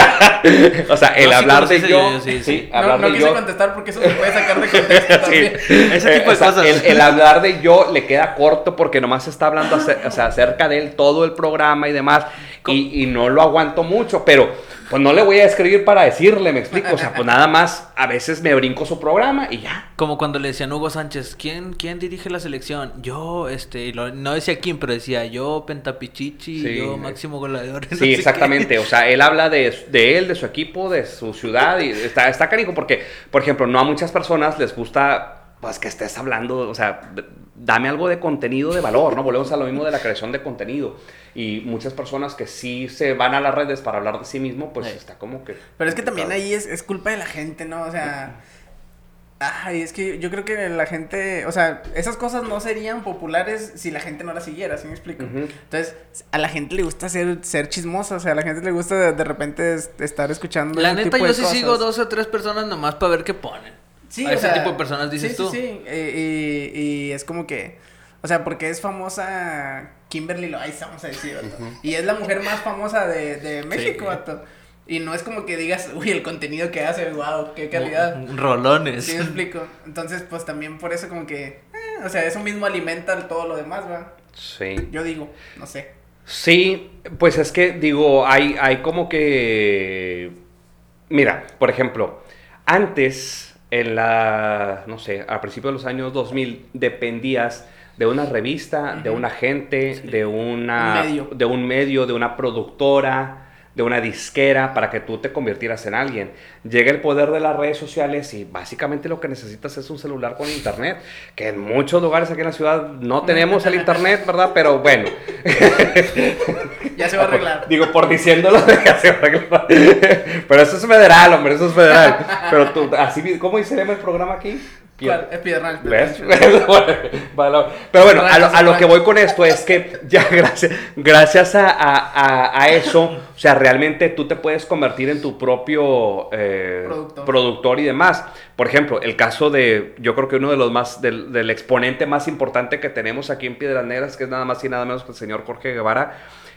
O sea, el No, sí hablar conoces de el yo, yo-yo, sí, sí, sí. No, hablar no de quise yo. contestar porque eso se puede sacar de contexto Sí. también. Ese tipo de O sea, cosas. El, el hablar de yo le queda corto porque nomás está hablando acer- o sea, acerca de él todo el programa y demás. Y, y no lo aguanto mucho, pero pues no le voy a escribir para decirle, me explico. O sea, pues nada más a veces me brinco su programa y ya. Como cuando le decían a Hugo Sánchez, ¿quién, quién dirige la selección? Yo, este, y lo- no decía quién, pero decía yo, Pentapichichi, Sí. yo, máximo goleador. no sé Sí, qué. exactamente. O sea, él habla de, de él, de su equipo, de su ciudad y está, está canijo porque, por ejemplo, no a muchas personas les gusta pues que estés hablando, o sea, d- dame algo de contenido de valor, ¿no? Volvemos a lo mismo de la creación de contenido. Y muchas personas que sí se van a las redes para hablar de sí mismo, pues Sí. está como que... Pero es que también complicado. ahí es, es culpa de la gente, ¿no? O sea, ay, es que yo creo que la gente, o sea, esas cosas no serían populares si la gente no las siguiera, ¿sí me explico? Ujú. Entonces, a la gente le gusta ser, ser chismosa, o sea, a la gente le gusta de, de repente es- estar escuchando La ese neta, tipo yo de sí cosas. sigo dos o tres personas nomás para ver qué ponen. Sí, a o ese sea, tipo de personas dices sí, tú. Sí, sí, eh, y, y es como que, o sea, porque es famosa Kimberly Loaiza, vamos a decir, vato. Y es la mujer más famosa de, de México, Sí. vato. Y no es como que digas, uy, el contenido que hace, wow, qué calidad. Rolones. Sí, me explico. Entonces, pues también por eso como que, eh, o sea, eso mismo alimenta todo lo demás, va. Sí. Yo digo, no sé. Sí, pues es que digo, hay, hay como que... Mira, por ejemplo, antes, en la, no sé, a principios de los años dos mil, dependías de una revista, de Ujú. un agente, Sí. de una... Un medio. De un medio, de una productora, de una disquera, para que tú te convirtieras en alguien. Llega el poder de las redes sociales y básicamente lo que necesitas es un celular con internet, que en muchos lugares aquí en la ciudad no tenemos el internet, ¿verdad? Pero bueno. Ya se va a arreglar. Digo, por diciéndolo, ya se va a arreglar. Pero eso es federal, hombre, eso es federal. Pero tú, así, ¿cómo dice el programa aquí? ¿Cuál? Es Piedra Ranch. ¿Ves? Pero bueno, a lo, a lo que voy con esto es que ya gracias, gracias a, a, a eso, o sea, realmente tú te puedes convertir en tu propio eh, productor. productor y demás. Por ejemplo, el caso de, yo creo que uno de los más, del, del exponente más importante que tenemos aquí en Piedras Negras, que es nada más y nada menos que el señor Jorge Guevara.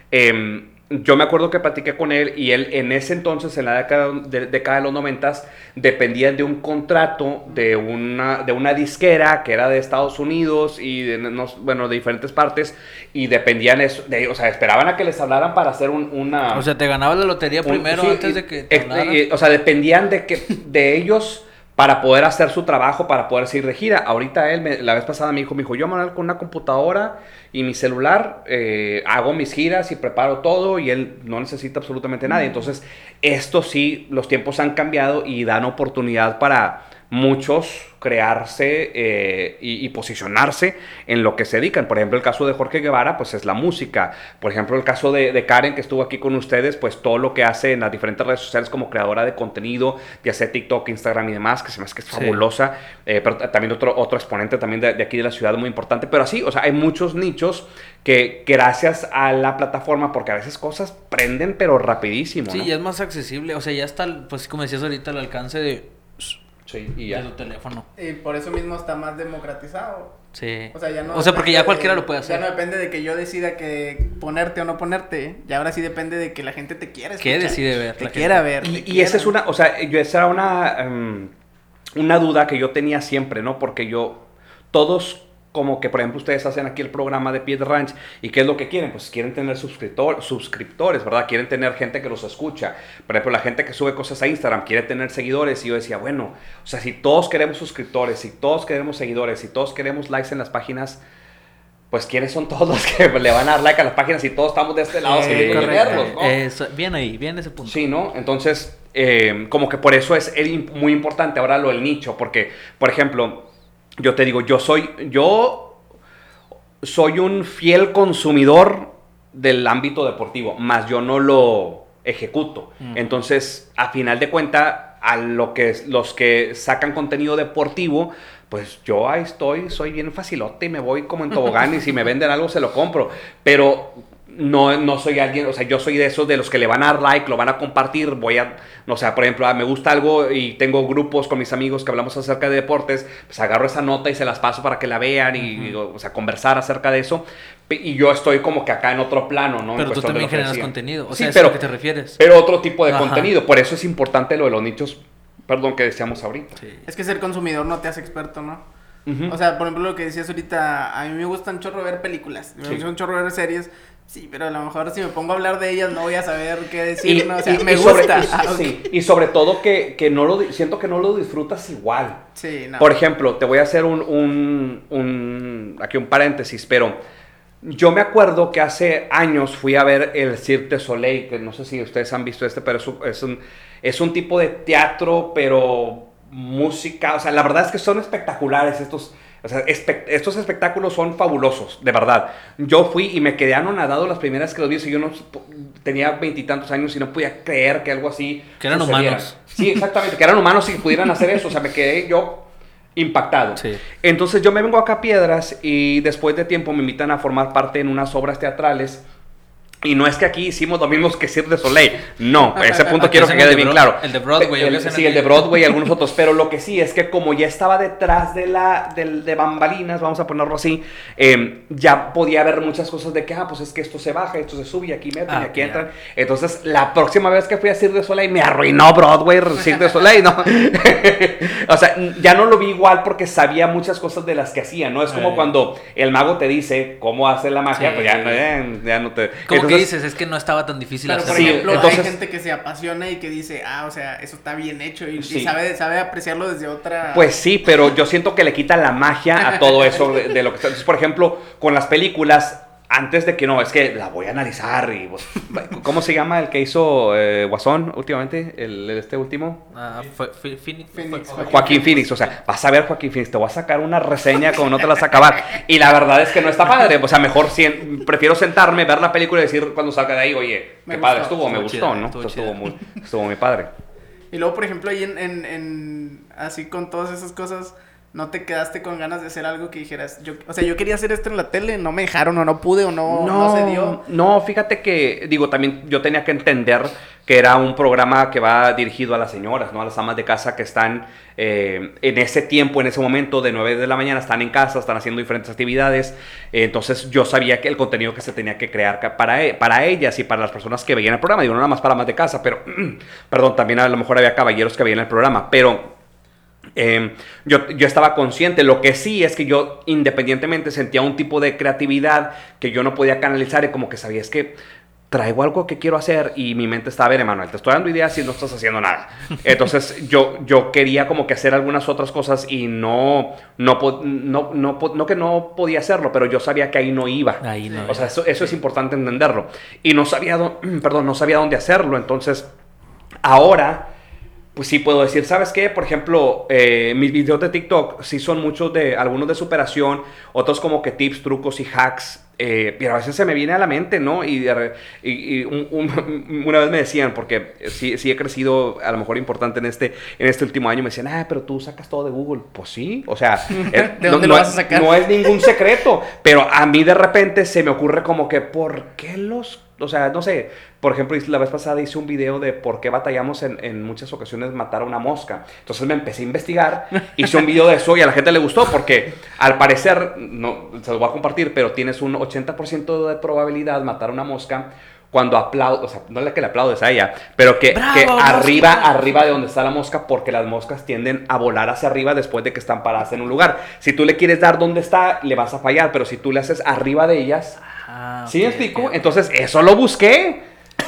Eh, Yo me acuerdo que platiqué con él y él en ese entonces, en la década de, década de los noventas, dependían de un contrato de una, de una disquera que era de Estados Unidos y de, no, bueno, de diferentes partes, y dependían eso, de, o sea, esperaban a que les hablaran para hacer un, una... O sea, te ganabas la lotería un, primero sí, antes y, de que te eh, eh, O sea, dependían de, que, de ellos para poder hacer su trabajo, para poder seguir de gira. Ahorita él, me, la vez pasada me dijo, me dijo, yo Manuel, con una computadora y mi celular, eh, hago mis giras y preparo todo, y él no necesita absolutamente nada. Entonces, esto sí, los tiempos han cambiado y dan oportunidad para muchos crearse eh, y, y posicionarse en lo que se dedican. Por ejemplo, el caso de Jorge Guevara, pues es la música. Por ejemplo, el caso de, de Karen, que estuvo aquí con ustedes, pues todo lo que hace en las diferentes redes sociales como creadora de contenido, ya sea TikTok, Instagram y demás, que se me hace que es fabulosa. Sí. Eh, pero también otro, otro exponente también de, de aquí de la ciudad muy importante. Pero así, o sea, hay muchos nichos que gracias a la plataforma, porque a veces cosas prenden, pero rapidísimo, Sí, ¿no? ya es más accesible. O sea, ya está, pues como decías ahorita, al alcance de... Sí, y ya. De tu teléfono. Y por eso mismo está más democratizado. Sí. O sea, ya no o sea porque ya cualquiera de, lo puede hacer. Ya no depende de que yo decida que ponerte o no ponerte. Y ahora sí depende de que la gente te quiera escuchar. ¿Qué decide ver? Te quiera ver. Y, y esa es una, o sea, yo esa era una, um, una duda que yo tenía siempre, ¿no? Porque yo, todos, como que por ejemplo ustedes hacen aquí el programa de Piedra Ranch, ¿y qué es lo que quieren? Pues quieren tener suscriptor, suscriptores, ¿verdad? Quieren tener gente que los escucha. Por ejemplo, la gente que sube cosas a Instagram quiere tener seguidores, y yo decía, bueno, o sea, si todos queremos suscriptores, si todos queremos seguidores, si todos queremos likes en las páginas, pues ¿quiénes son todos los que le van a dar like a las páginas si todos estamos de este lado sin Eh, verlos, ¿no? Eso, bien ahí, bien ese punto. Sí, ¿no? Entonces, eh, como que por eso es muy importante ahora lo del nicho, porque, por ejemplo, yo te digo, yo soy, yo soy un fiel consumidor del ámbito deportivo, más yo no lo ejecuto. Mm. Entonces, a final de cuenta, a lo que los que sacan contenido deportivo, pues yo ahí estoy, soy bien facilote y me voy como en tobogán, y si me venden algo se lo compro, pero no, no soy alguien, o sea, yo soy de esos de los que le van a dar like, lo van a compartir, voy a, no sé, por ejemplo, ah, me gusta algo y tengo grupos con mis amigos que hablamos acerca de deportes, pues agarro esa nota y se las paso para que la vean y, uh-huh. o, o sea, conversar acerca de eso, y yo estoy como que acá en otro plano, ¿no? Pero tú también generas contenido, o sí, sea, pero, ¿a qué te refieres? Pero otro tipo de Ajá. contenido, por eso es importante lo de los nichos, perdón, que decíamos ahorita. Sí. Es que ser consumidor no te hace experto, ¿no? Uh-huh. O sea, por ejemplo, lo que decías ahorita, a mí me gusta un chorro ver películas, me sí. gusta un chorro ver series. Sí, pero a lo mejor si me pongo a hablar de ellas no voy a saber qué decir, y, ¿no? O sea, y, me y gusta. Sobre, y, ah, sí, y sobre todo que, que no lo, siento que no lo disfrutas igual. Sí, no. Por ejemplo, te voy a hacer un, un, un, aquí un paréntesis, pero yo me acuerdo que hace años fui a ver el Cirque du Soleil, que no sé si ustedes han visto este, pero es un, es un, es un tipo de teatro, pero música, o sea, la verdad es que son espectaculares estos... O sea, espe- estos espectáculos son fabulosos, de verdad. Yo fui y me quedé anonadado las primeras que los vi. Si yo no tenía veintitantos años y no podía creer que algo así que eran sucediera. humanos. Sí, exactamente, que eran humanos y pudieran hacer eso. O sea, me quedé yo impactado. Sí. Entonces yo me vengo acá a Piedras y después de tiempo me invitan a formar parte en unas obras teatrales. Y no es que aquí hicimos lo mismo que Cirque du Soleil. No, ese punto quiero que quede bien Bro- claro. El de Broadway. El, el, sí, el de Broadway y algunos otros. Pero lo que sí es que como ya estaba detrás de la de, de bambalinas, vamos a ponerlo así, eh, ya podía ver muchas cosas de que, ah, pues es que esto se baja, esto se sube y aquí meten ah, y aquí ya. entran. Entonces, la próxima vez que fui a Cirque du Soleil, me arruinó Broadway, Cirque du Soleil, ¿no? O sea, ya no lo vi igual porque sabía muchas cosas de las que hacía, ¿no? Es como eh. cuando el mago te dice cómo hace la magia, Sí. pues ya, ya, ya no te... Como Entonces, que dices, es que no estaba tan difícil Pero por hacerlo. Sí, ejemplo, entonces- hay gente que se apasiona y que dice, ah, o sea, eso está bien hecho y, Sí. y sabe, sabe apreciarlo desde otra... Pues sí, pero yo siento que le quita la magia a todo eso de, de lo que está. Entonces, por ejemplo, con las películas, antes de que no, es que la voy a analizar y... ¿Cómo se llama el que hizo eh, Guasón últimamente? El, el este último... Ah, fue, fue, Phoenix, Phoenix, fue- Joaquín Joaquín Phoenix, o sea, vas a ver Joaquín Phoenix, te voy a sacar una reseña como no te la vas a acabar. Y la verdad es que no está padre, o sea, mejor si, prefiero sentarme, ver la película y decir cuando salga de ahí, oye, Me qué padre gustó, estuvo, me estuvo gustó, chida, ¿no? estuvo Estuvo chida. muy, estuvo muy padre. Y luego, por ejemplo, ahí en, en, en así con todas esas cosas, ¿No te quedaste con ganas de hacer algo que dijeras, yo, o sea, yo quería hacer esto en la tele, no me dejaron o no pude o no, no, no se dio? No, fíjate que, digo, también yo tenía que entender que era un programa que va dirigido a las señoras, ¿no? A las amas de casa que están eh, en ese tiempo, en ese momento, de nueve de la mañana, están en casa, están haciendo diferentes actividades. Eh, entonces yo sabía que el contenido que se tenía que crear para, para ellas y para las personas que veían el programa, digo, no nada más para amas de casa, pero, perdón, también a lo mejor había caballeros que veían el programa, pero... Eh, yo, yo estaba consciente. Lo que sí es que yo independientemente sentía un tipo de creatividad que yo no podía canalizar y como que sabía, es que traigo algo que quiero hacer y mi mente estaba, a ver, Emanuel, te estoy dando ideas y no estás haciendo nada. Entonces yo, yo quería como que hacer algunas otras cosas y no, no, no, no, no, no que no podía hacerlo, pero yo sabía que ahí no iba. Ahí no. O sea, eso, eso es importante entenderlo. Y no sabía, do, perdón, no sabía dónde hacerlo. Entonces, ahora... Pues sí puedo decir, ¿sabes qué? Por ejemplo, eh, mis videos de TikTok sí son muchos de, algunos de superación, otros como que tips, trucos y hacks, eh, pero a veces se me viene a la mente, ¿no? Y, y, y un, un, una vez me decían, porque sí, sí he crecido a lo mejor importante en este, en este último año, me decían, ah, pero tú sacas todo de Google. Pues sí, o sea, ¿de no, dónde no, lo vas a sacar? No es ningún secreto, pero a mí de repente se me ocurre como que, ¿por qué los...? O sea, no sé, por ejemplo, la vez pasada hice un video de por qué batallamos en, en muchas ocasiones matar a una mosca. Entonces me empecé a investigar, hice un video de eso y a la gente le gustó porque al parecer, no, se los voy a compartir, pero tienes un ochenta por ciento de probabilidad matar a una mosca cuando aplaudes, o sea, no es la que le aplaudes a ella, pero que, ¡Bravo, que arriba, mosca! arriba de donde está la mosca, porque las moscas tienden a volar hacia arriba después de que están paradas en un lugar. Si tú le quieres dar donde está, le vas a fallar, pero si tú le haces arriba de ellas... Ah, ¿Sí okay, me explico? okay. Entonces, eso lo busqué.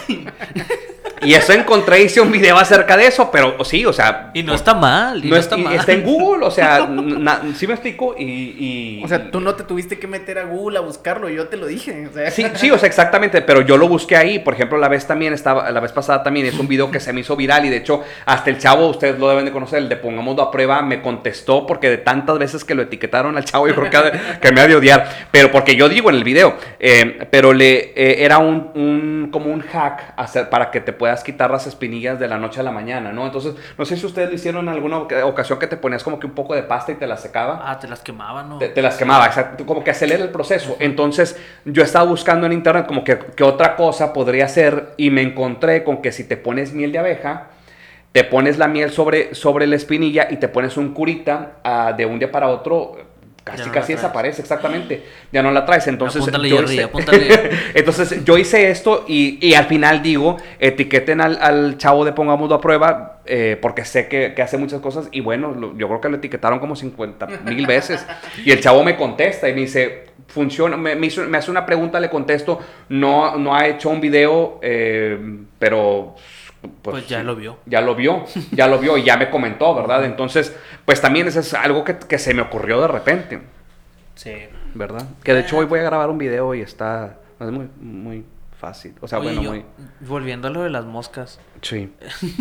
Y eso encontré, hice un video acerca de eso, pero sí, o sea... Y no está mal, y no, no es, está y mal. está en Google, o sea, na, ¿sí me explico? Y, y... O sea, tú no te tuviste que meter a Google a buscarlo, yo te lo dije. O sea. Sí, sí, o sea, exactamente, pero yo lo busqué ahí. Por ejemplo, la vez también estaba, la vez pasada también es un video que se me hizo viral y de hecho hasta el chavo, ustedes lo deben de conocer, el de Pongámoslo a Prueba, me contestó porque de tantas veces que lo etiquetaron al chavo, yo creo que, que me ha de odiar, pero porque yo digo en el video, eh, pero le eh, era un, un como un hack hacer, para que te puedas quitar las espinillas de la noche a la mañana, ¿no? Entonces, no sé si ustedes lo hicieron en alguna ocasión que te ponías como que un poco de pasta y te la secaba. Ah, te las quemaba, ¿no? Te, te las quemaba, exacto, como que acelera el proceso. Entonces, yo estaba buscando en internet como que, que otra cosa podría ser y me encontré con que si te pones miel de abeja, te pones la miel sobre, sobre la espinilla y te pones un curita uh, de un día para otro, casi no casi desaparece, exactamente. Ya no la traes, entonces... Apúntale, yo Jerry, hice, apúntale. entonces, yo hice esto y, y al final digo, etiqueten al, al chavo de Pongámoslo a Prueba, eh, porque sé que, que hace muchas cosas y bueno, lo, yo creo que lo etiquetaron como cincuenta mil veces. Y el chavo me contesta y me dice... Funciona, me, me, hizo, me hace una pregunta, le contesto, no, no ha hecho un video, eh, pero... Pues, pues ya sí, lo vio. Ya lo vio, ya lo vio y ya me comentó, ¿verdad? Entonces, pues también eso es algo que, que se me ocurrió de repente. Sí. ¿Verdad? Que de hecho hoy voy a grabar un video y está... Es muy, muy fácil. O sea, Oye, bueno, yo, muy... volviendo a lo de las moscas. Sí.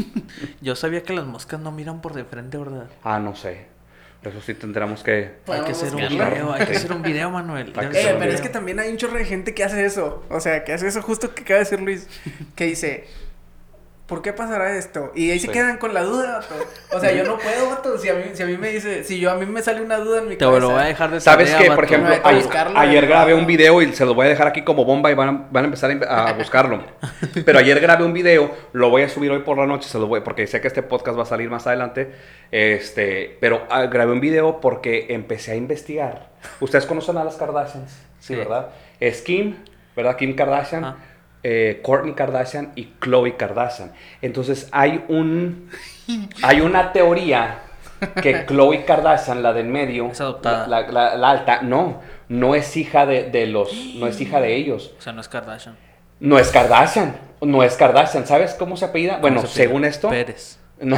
Yo sabía que las moscas no miran por de frente, ¿verdad? Ah, no sé. Eso sí tendremos que... Hay que hacer un buscarlo. video, hay que hacer un video, Manuel. Hay que Debes hacer Eh, un pero video. es que también hay un chorro de gente que hace eso. O sea, que hace eso justo que acaba de decir Luis. Que dice, ¿por qué pasará esto? Y ahí se Sí. quedan con la duda, vato. O sea, yo no puedo, vato. Si a mí, si a mí me dice, si yo a mí me sale una duda en mi Te cabeza. lo voy a dejar de ¿Sabes tarea, qué? Por vato. ejemplo, Me meto a ayer, buscarlo, ayer ¿verdad? grabé un video y se los voy a dejar aquí como bomba y van a, van a empezar a, a buscarlo. Pero ayer grabé un video, lo voy a subir hoy por la noche, se los voy, porque sé que este podcast va a salir más adelante. Este, pero ah, grabé un video porque empecé a investigar. Ustedes conocen a las Kardashians, sí, Sí. ¿verdad? Es Kim, ¿verdad? Kim Kardashian. Ah. Eh, Kourtney Kardashian y Khloe Kardashian. Entonces hay un hay una teoría que Khloe Kardashian, la del medio, Es adoptada. La, la- la alta, no, no es hija de, de los, no es hija de ellos, O sea, no es Kardashian. no es Kardashian, no es Kardashian. ¿Sabes cómo se apellida? Bueno, ¿Cómo se apellida? según esto, Pérez. no,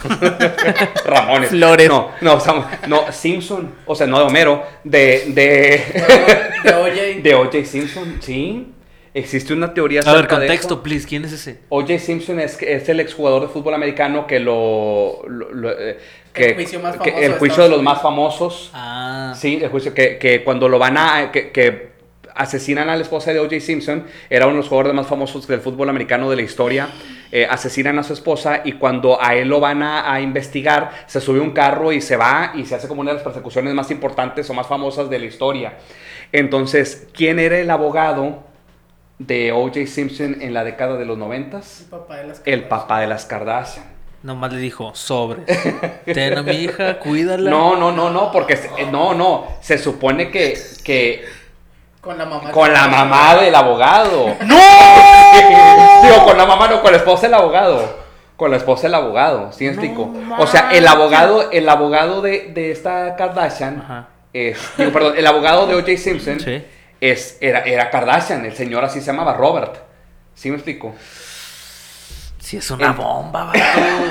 Ramones, Flores. no, no, estamos- no, Simpson, o sea, no de Homero, de de De O J. de O J Simpson, sí. Existe una teoría A ver, acerca de contexto, eso. please. ¿Quién es ese? O J Simpson es, es el exjugador de fútbol americano que lo... lo- lo, eh, que, El juicio más que- famoso el de juicio de Estados los más Unidos. famosos. Ah. Sí, el juicio que, que cuando lo van a... Que, que asesinan a la esposa de O J Simpson, era uno de los jugadores más famosos del fútbol americano de la historia. eh, asesinan a su esposa y cuando a él lo van a, a investigar, se sube un carro y se va y se hace como una de las persecuciones más importantes o más famosas de la historia. Entonces, ¿quién era el abogado de O J Simpson en la década de los noventas? El papá de las El papá de las Kardashian. Nomás le dijo, sobres. Ten a mi hija, cuídala. No, no, no, no, porque se- eh, no, no, se supone que, que Con la mamá. con la mamá del abogado. ¡No! Digo, con la mamá, no, con la esposa del abogado. Con la esposa del abogado, ¿sí me explico? O sea, el abogado, el abogado de, de esta Kardashian, Ajá. es, digo, perdón, el abogado de O J Simpson Sí. es, era, era Kardashian, el señor así se llamaba, Robert. ¿Sí me explico? Sí, es una El- bomba, vato.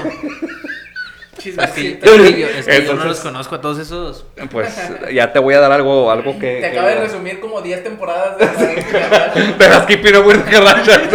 Es que, es Chismecito. que yo, es que yo no Entonces- los conozco a todos esos. Pues ya te voy a dar algo, algo que... Te que- acabo de resumir como diez temporadas de la de las Keeping Up with the Kardashians.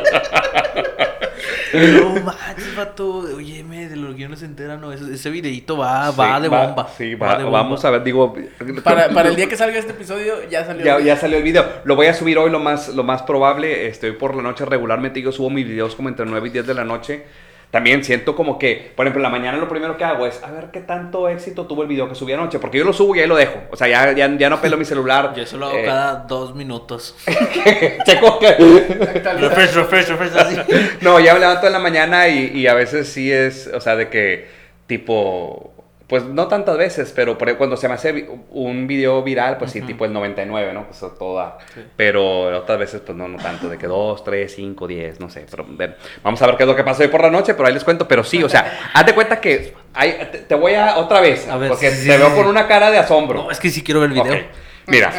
No manches, vato. Óyeme, de lo que uno se entera, no. Ese, ese videito va, va Sí, de bomba. Sí, va, de bomba. vamos a ver, digo... Para, para el día que salga este episodio ya salió. Ya, ya salió el video. Lo voy a subir hoy lo más, lo más probable. Estoy por la noche regularmente. Yo subo mis videos como entre nueve y diez de la noche. También siento como que, por ejemplo, en la mañana lo primero que hago es a ver qué tanto éxito tuvo el video que subí anoche. Porque yo lo subo y ahí lo dejo. O sea, ya, ya, ya no pelo mi celular. Yo eso lo hago Eh, cada dos minutos. checo que... Actualizar. Refresh, refresh, refresh, así. No, ya me levanto en la mañana y, y a veces sí es, o sea, de que tipo, pues no tantas veces, pero por ahí cuando se me hace vi- un video viral, pues sí, tipo el noventa y nueve, ¿no? Pues todo da. Sí. Pero otras veces, pues no, no tanto, de que dos, tres, cinco, diez, no sé. Pero ven, vamos a ver qué es lo que pasa hoy por la noche, pero ahí les cuento. Pero sí, o sea, haz de cuenta que hay, te, te voy a otra vez, A ver, porque sí, te sí, veo sí. con una cara de asombro. No, es que sí quiero ver el video. Ok, mira.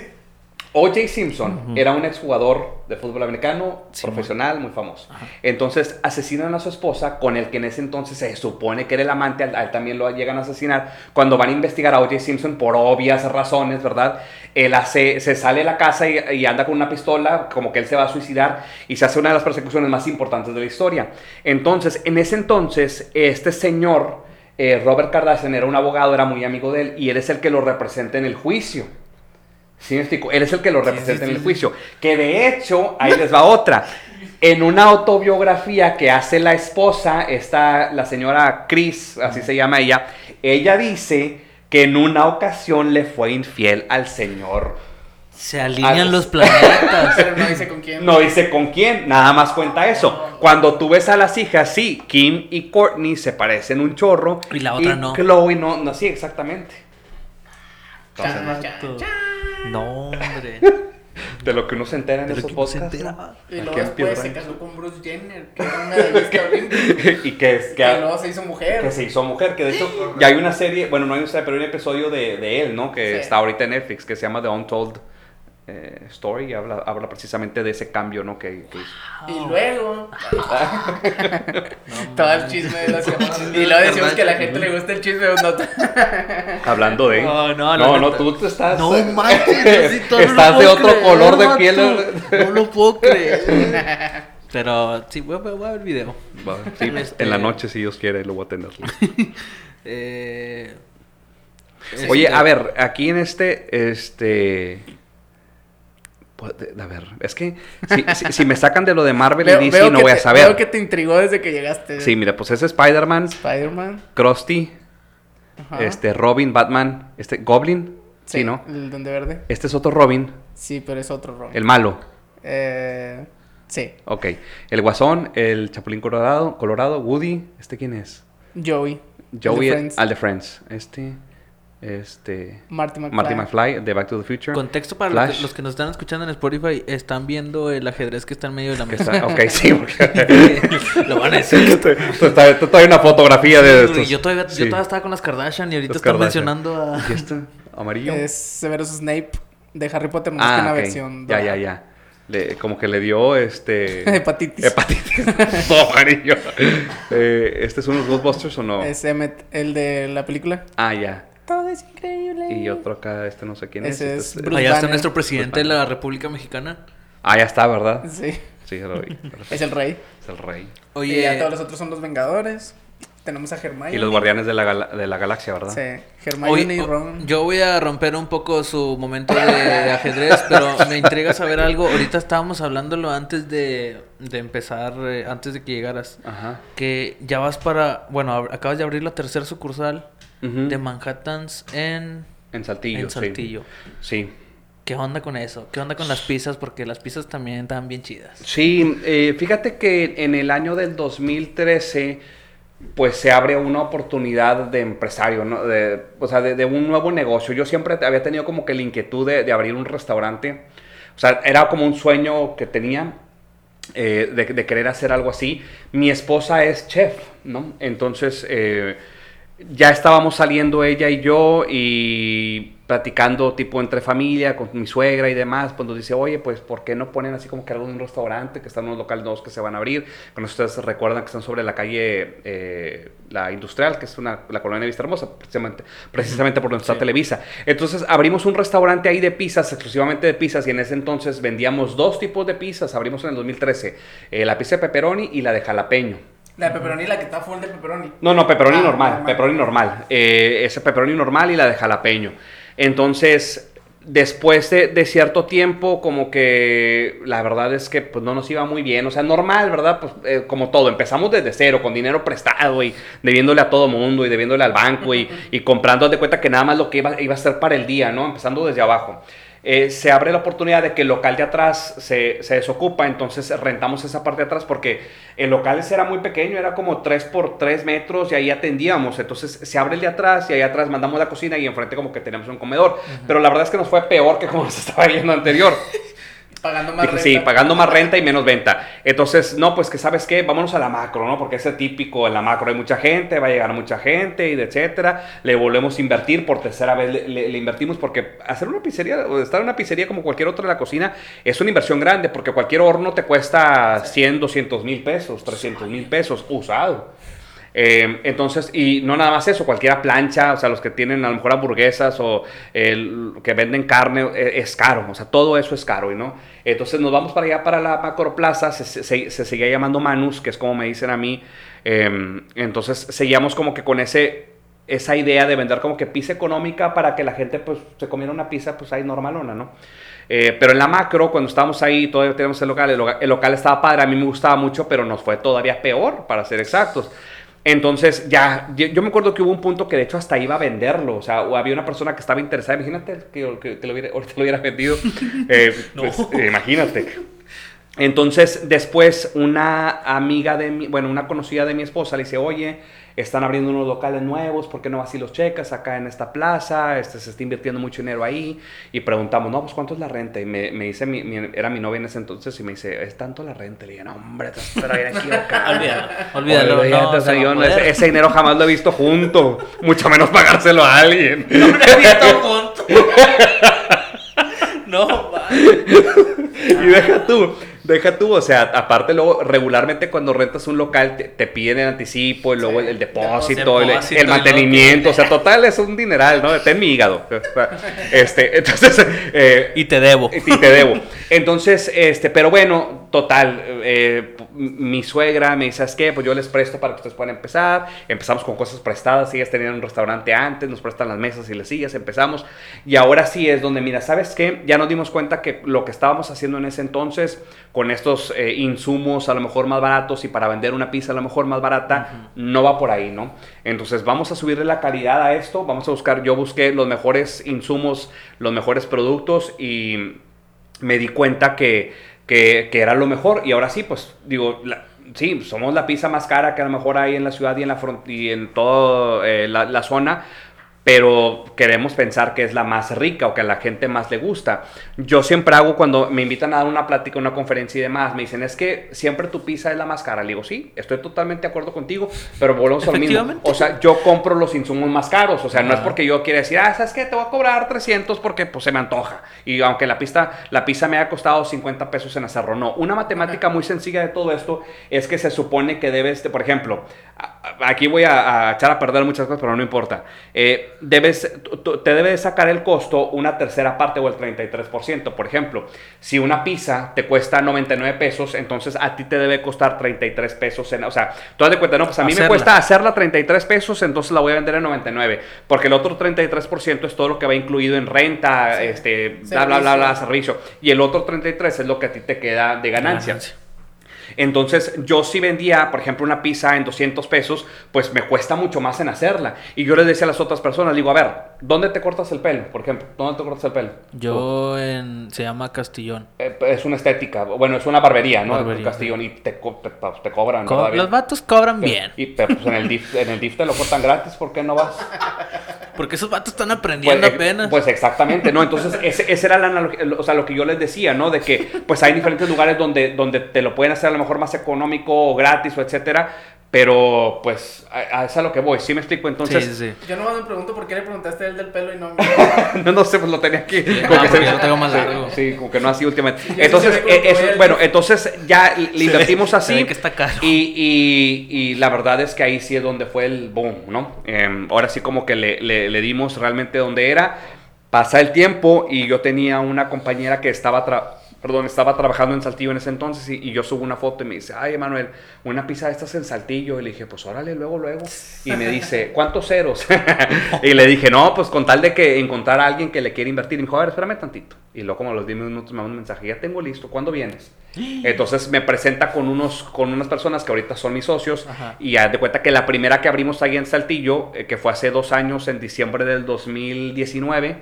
O J Simpson era un exjugador de fútbol americano, Sí, profesional, muy famoso. Entonces asesinan a su esposa, con el que en ese entonces se supone que era el amante, a él también lo llegan a asesinar. Cuando van a investigar a O J Simpson, por obvias razones, ¿verdad? Él hace, se sale de la casa y, y anda con una pistola, como que él se va a suicidar, y se hace una de las persecuciones más importantes de la historia. Entonces, en ese entonces, este señor, eh, Robert Kardashian, era un abogado, era muy amigo de él, y él es el que lo representa en el juicio. ¿Sí me explico? Él es el que lo representa sí, en el sí. juicio. Que de hecho, ahí les va otra. En una autobiografía que hace la esposa, está la señora Chris, así se llama ella, ella dice que en una ocasión le fue infiel al señor. Se alinean Ah, los planetas. Pero no dice con quién. No dice con quién, nada más cuenta eso. Cuando tú ves a las hijas, sí, Kim y Courtney se parecen un chorro. Y la otra no. Chloe no, no, sí, exactamente. Entonces, Chan, chan, chan. No, hombre. de lo que uno se entera en De lo esos que uno se podcasts. entera. Y Aquí luego en después se Piedra. casó con Bruce Jenner, que era una medallista olímpica. y que es Que que, luego se hizo mujer. que se hizo mujer, que de hecho ya hay una serie, bueno, no hay una serie, pero hay un episodio de, de él, ¿no? Que Sí. está ahorita en Netflix, que se llama The Untold eh, Story, y habla, habla precisamente de ese cambio, ¿no? Que, que hizo. Y luego. No todo el manches. chisme de las chisme Y de luego las decimos que a la Kardashian. gente le gusta el chisme de un nota. Hablando de... No, no, la no, no, neta. tú te estás... No manches, Diosito, no lo estás de puedo otro creer, color de vato. piel. No lo puedo creer. Pero sí, voy a, voy a ver el video. Va, sí, Este- en la noche, si Dios quiere, lo voy a tener. Eh, Oye, este- a ver, aquí en este, este... pues, a ver, es que si, si, si me sacan de lo de Marvel y D C, no que voy a te- saber. Veo que te intrigó desde que llegaste. Sí, mira, pues es Spider-Man, Spider-Man. Krusty, Ajá. este, Robin, Batman, este, Goblin, sí, ¿no? El Duende Verde. Este es otro Robin, Sí, pero es otro Robin. el malo, Eh, sí. ok. El Guasón, el Chapulín Colorado, Colorado, Woody, ¿este quién es? Joey. Joey, El de Friends. al de Friends, este, este, Marty McFly. Marty McFly, de Back to the Future. Contexto para los Flash. que, los que nos están escuchando en Spotify, están viendo el ajedrez que está en medio de la Que mesa. está- ok, sí, porque... Lo van a decir. Esto está, esto está una fotografía de estos. Y yo todavía, Sí. yo todavía estaba con las Kardashian y ahorita Los están Kardashian. mencionando a... ¿Y esto? ¿Amarillo? Es Severus Snape de Harry Potter, más que Ah, una ok. versión. Ya, ya, dorada. ya. Le- como que le dio este... Hepatitis. Hepatitis. Todo amarillo. Eh, ¿Este es unos Ghostbusters o no? Es Emmet, el de la película. Ah, ya. Todo es increíble. Y otro acá, este no sé quién es. Ese Este es Bruce Allá está Banner. nuestro presidente de la República Mexicana. Ah, ya está, ¿verdad? Sí. Sí, ya lo vi. Es el rey. Es el rey. Y ya Oye, todos los otros son los Vengadores. tenemos a Hermione. Y los Guardianes de la, gal de la Galaxia, ¿verdad? Sí, Hermione y Ron. Yo voy a romper un poco su momento de, de ajedrez, pero me intriga saber algo. Ahorita estábamos hablándolo antes de, de empezar, eh, antes de que llegaras. Ajá. Que ya vas para, bueno, acabas de abrir la tercera sucursal Uh-huh. de Manhattans en... En Saltillo, En Saltillo. Sí. sí. ¿Qué onda con eso? ¿Qué onda con las pizzas? Porque las pizzas también están bien chidas. Sí, eh, fíjate que en el año del dos mil trece, pues se abre una oportunidad de empresario, ¿no? De, o sea, de, de un nuevo negocio. Yo siempre había tenido como que la inquietud de, de abrir un restaurante. O sea, era como un sueño que tenía. Eh, de, de querer hacer algo así. Mi esposa es chef, ¿no? Entonces... Eh, ya estábamos saliendo ella y yo y platicando tipo entre familia, con mi suegra y demás, pues nos dice, oye, pues ¿por qué no ponen así como que algo de un restaurante, que están unos locales nuevos que se van a abrir? Cuando ustedes recuerdan que están sobre la calle, eh, la Industrial, que es una, la colonia de Vista Hermosa, precisamente, precisamente por donde está sí. Televisa. Entonces abrimos un restaurante ahí de pizzas, exclusivamente de pizzas, y en ese entonces vendíamos dos tipos de pizzas. Abrimos en el dos mil trece, eh, la pizza de pepperoni y la de jalapeño. La de pepperoni, la que está full de pepperoni. No, no, pepperoni ah, normal, normal, pepperoni normal. Eh, ese pepperoni normal y la de jalapeño. Entonces, después de, de cierto tiempo, como que la verdad es que pues no nos iba muy bien. O sea, normal, ¿verdad? Pues eh, como todo, empezamos desde cero, con dinero prestado y debiéndole a todo mundo y debiéndole al banco y, y comprando, haz de cuenta que nada más lo que iba, iba a ser para el día, ¿no? Empezando desde abajo. Eh, se abre la oportunidad de que el local de atrás se, se desocupa, entonces rentamos esa parte de atrás porque el local ese era muy pequeño, era como tres por tres metros y ahí atendíamos, entonces se abre el de atrás y ahí atrás mandamos la cocina y enfrente como que tenemos un comedor, uh-huh. Pero la verdad es que nos fue peor que como nos estaba yendo anterior. Pagando más Dije, renta. sí, pagando más renta y menos venta. Entonces, no, pues que ¿sabes qué? Vámonos a la macro, ¿no? Porque ese típico, en la macro hay mucha gente, va a llegar mucha gente y de etcétera. Le volvemos a invertir, por tercera vez le, le, le invertimos porque hacer una pizzería, o estar en una pizzería como cualquier otra de la cocina, es una inversión grande porque cualquier horno te cuesta cien, doscientos mil pesos, trescientos mil pesos usado. Eh, entonces, y no nada más eso, cualquiera plancha, o sea, los que tienen a lo mejor hamburguesas o el, que venden carne, eh, es caro, o sea, todo eso es caro, ¿no? Entonces nos vamos para allá, para la Macroplaza, se, se, se seguía llamando Manus, que es como me dicen a mí, eh, entonces seguíamos como que con ese, esa idea de vender como que pizza económica para que la gente pues se comiera una pizza pues ahí normalona, ¿no? Eh, pero en la macro, cuando estábamos ahí, todavía tenemos el local, el local, el local estaba padre, a mí me gustaba mucho, pero nos fue todavía peor, para ser exactos. Entonces, ya, yo, yo me acuerdo que hubo un punto que de hecho hasta iba a venderlo, o sea, o había una persona que estaba interesada, imagínate que, que, que lo hubiera, ahorita lo hubiera vendido, eh, no. pues, eh, imagínate. Entonces, después una amiga de mi, bueno, una conocida de mi esposa le dice, oye, están abriendo unos locales nuevos, ¿por qué no vas y los checas acá en esta plaza? Este, se está invirtiendo mucho dinero ahí. Y preguntamos, no, pues ¿cuánto es la renta? Y me, me dice, mi, mi, era mi novia en ese entonces, y me dice, ¿es tanto la renta? Le dije, no, hombre, te espero ir aquí acá. Olvídalo, olvídalo. Olvídalo, no, o sea, yo no, ese, ese dinero jamás lo he visto junto, mucho menos pagárselo a alguien. No lo he visto junto. No, vale. Y deja tú. Deja tú, o sea, aparte luego regularmente cuando rentas un local te, te piden el anticipo y luego sí, el, el depósito, el, depósito, el, el mantenimiento, o sea, total es un dineral, ¿no? Ten mi hígado. Este, entonces... Eh, y te debo. Y te debo. Entonces, este, pero bueno, total, eh, mi suegra me dice, ¿sabes qué? Pues yo les presto para que ustedes puedan empezar. Empezamos con cosas prestadas, ellas tenían un restaurante antes, nos prestan las mesas y las sillas, empezamos. Y ahora sí es donde, mira, ¿sabes qué? Ya nos dimos cuenta que lo que estábamos haciendo en ese entonces... con estos eh, insumos a lo mejor más baratos y para vender una pizza a lo mejor más barata, uh-huh. no va por ahí, ¿no? Entonces vamos a subirle la calidad a esto, vamos a buscar, yo busqué los mejores insumos, los mejores productos y me di cuenta que, que, que era lo mejor y ahora sí, pues digo, la, sí, somos la pizza más cara que a lo mejor hay en la ciudad y en, la front, y en toda eh, la, la zona, pero queremos pensar que es la más rica o que a la gente más le gusta. Yo siempre hago cuando me invitan a dar una plática, una conferencia y demás, me dicen, es que siempre tu pizza es la más cara. Le digo, sí, estoy totalmente de acuerdo contigo, pero volvemos al mismo. O sea, yo compro los insumos más caros, o sea, ah. no es porque yo quiera decir, ah, ¿sabes qué? Te voy a cobrar trescientos porque pues se me antoja. Y aunque la pizza, la pizza me haya costado cincuenta pesos en hacerlo, no. Una matemática muy sencilla de todo esto es que se supone que debes, de, por ejemplo, aquí voy a, a echar a perder muchas cosas, pero no importa. Eh, debes, te debe sacar el costo una tercera parte o el treinta y tres por ciento. Por ejemplo, si una pizza te cuesta noventa y nueve pesos, entonces a ti te debe costar treinta y tres pesos. En, o sea, tú das de cuenta, no, pues a mí hacerla. me cuesta hacerla treinta y tres pesos, entonces la voy a vender en noventa y nueve. Porque el otro treinta y tres por ciento es todo lo que va incluido en renta, sí. este, bla, bla, bla, bla, servicio. Y el otro treinta y tres es lo que a ti te queda de ganancia. ganancia. Entonces, yo si vendía, por ejemplo, una pizza en doscientos pesos, pues me cuesta mucho más en hacerla. Y yo les decía a las otras personas, digo, a ver, ¿dónde te cortas el pelo, por ejemplo? ¿Dónde te cortas el pelo? Yo en... se llama Castillón. Eh, es una estética, bueno, es una barbería, ¿no? Barbería, Castillón, sí. y te, te, te cobran. Co los vatos cobran bien. Y pero, pues, en el D I F, en el D I F te lo cortan gratis, ¿por qué no vas? Porque esos vatos están aprendiendo pues, apenas. Pues exactamente, ¿no? Entonces, ese, ese era la analogía, o sea, lo que yo les decía, ¿no? De que, pues, hay diferentes lugares donde, donde te lo pueden hacer a lo mejor más económico o gratis o etcétera, pero, pues, a, a eso es a lo que voy, ¿sí me explico? Entonces... Sí, sí, sí. Yo nomás me pregunto por qué le preguntaste a él del pelo y no... no, no sé, pues lo tenía aquí. Sí, como no, que porque se, yo tengo más largo. Sí, como que no así últimamente. Yo Entonces, sí eh, eso, bueno, entonces ya le invertimos ve, así. Se ve que está caro. Y, y, y la verdad es que ahí sí es donde fue el boom, ¿no? Eh, ahora sí como que le, le, le dimos realmente donde era. Pasa el tiempo y yo tenía una compañera que estaba... Tra Perdón, estaba trabajando en Saltillo en ese entonces y, y yo subo una foto y me dice, ay, Emanuel, una pizza de estas en Saltillo. Y le dije, pues órale, luego, luego. Y me dice, ¿cuántos ceros? Y le dije, no, pues con tal de que encontrar a alguien que le quiera invertir. Y me dijo, a ver, espérame tantito. Y luego como a los diez minutos me manda un mensaje, ya tengo listo, ¿cuándo vienes? Entonces me presenta con, unos, con unas personas que ahorita son mis socios. Ajá. Y haz de cuenta que la primera que abrimos ahí en Saltillo, eh, que fue hace dos años, en diciembre del dos mil diecinueve,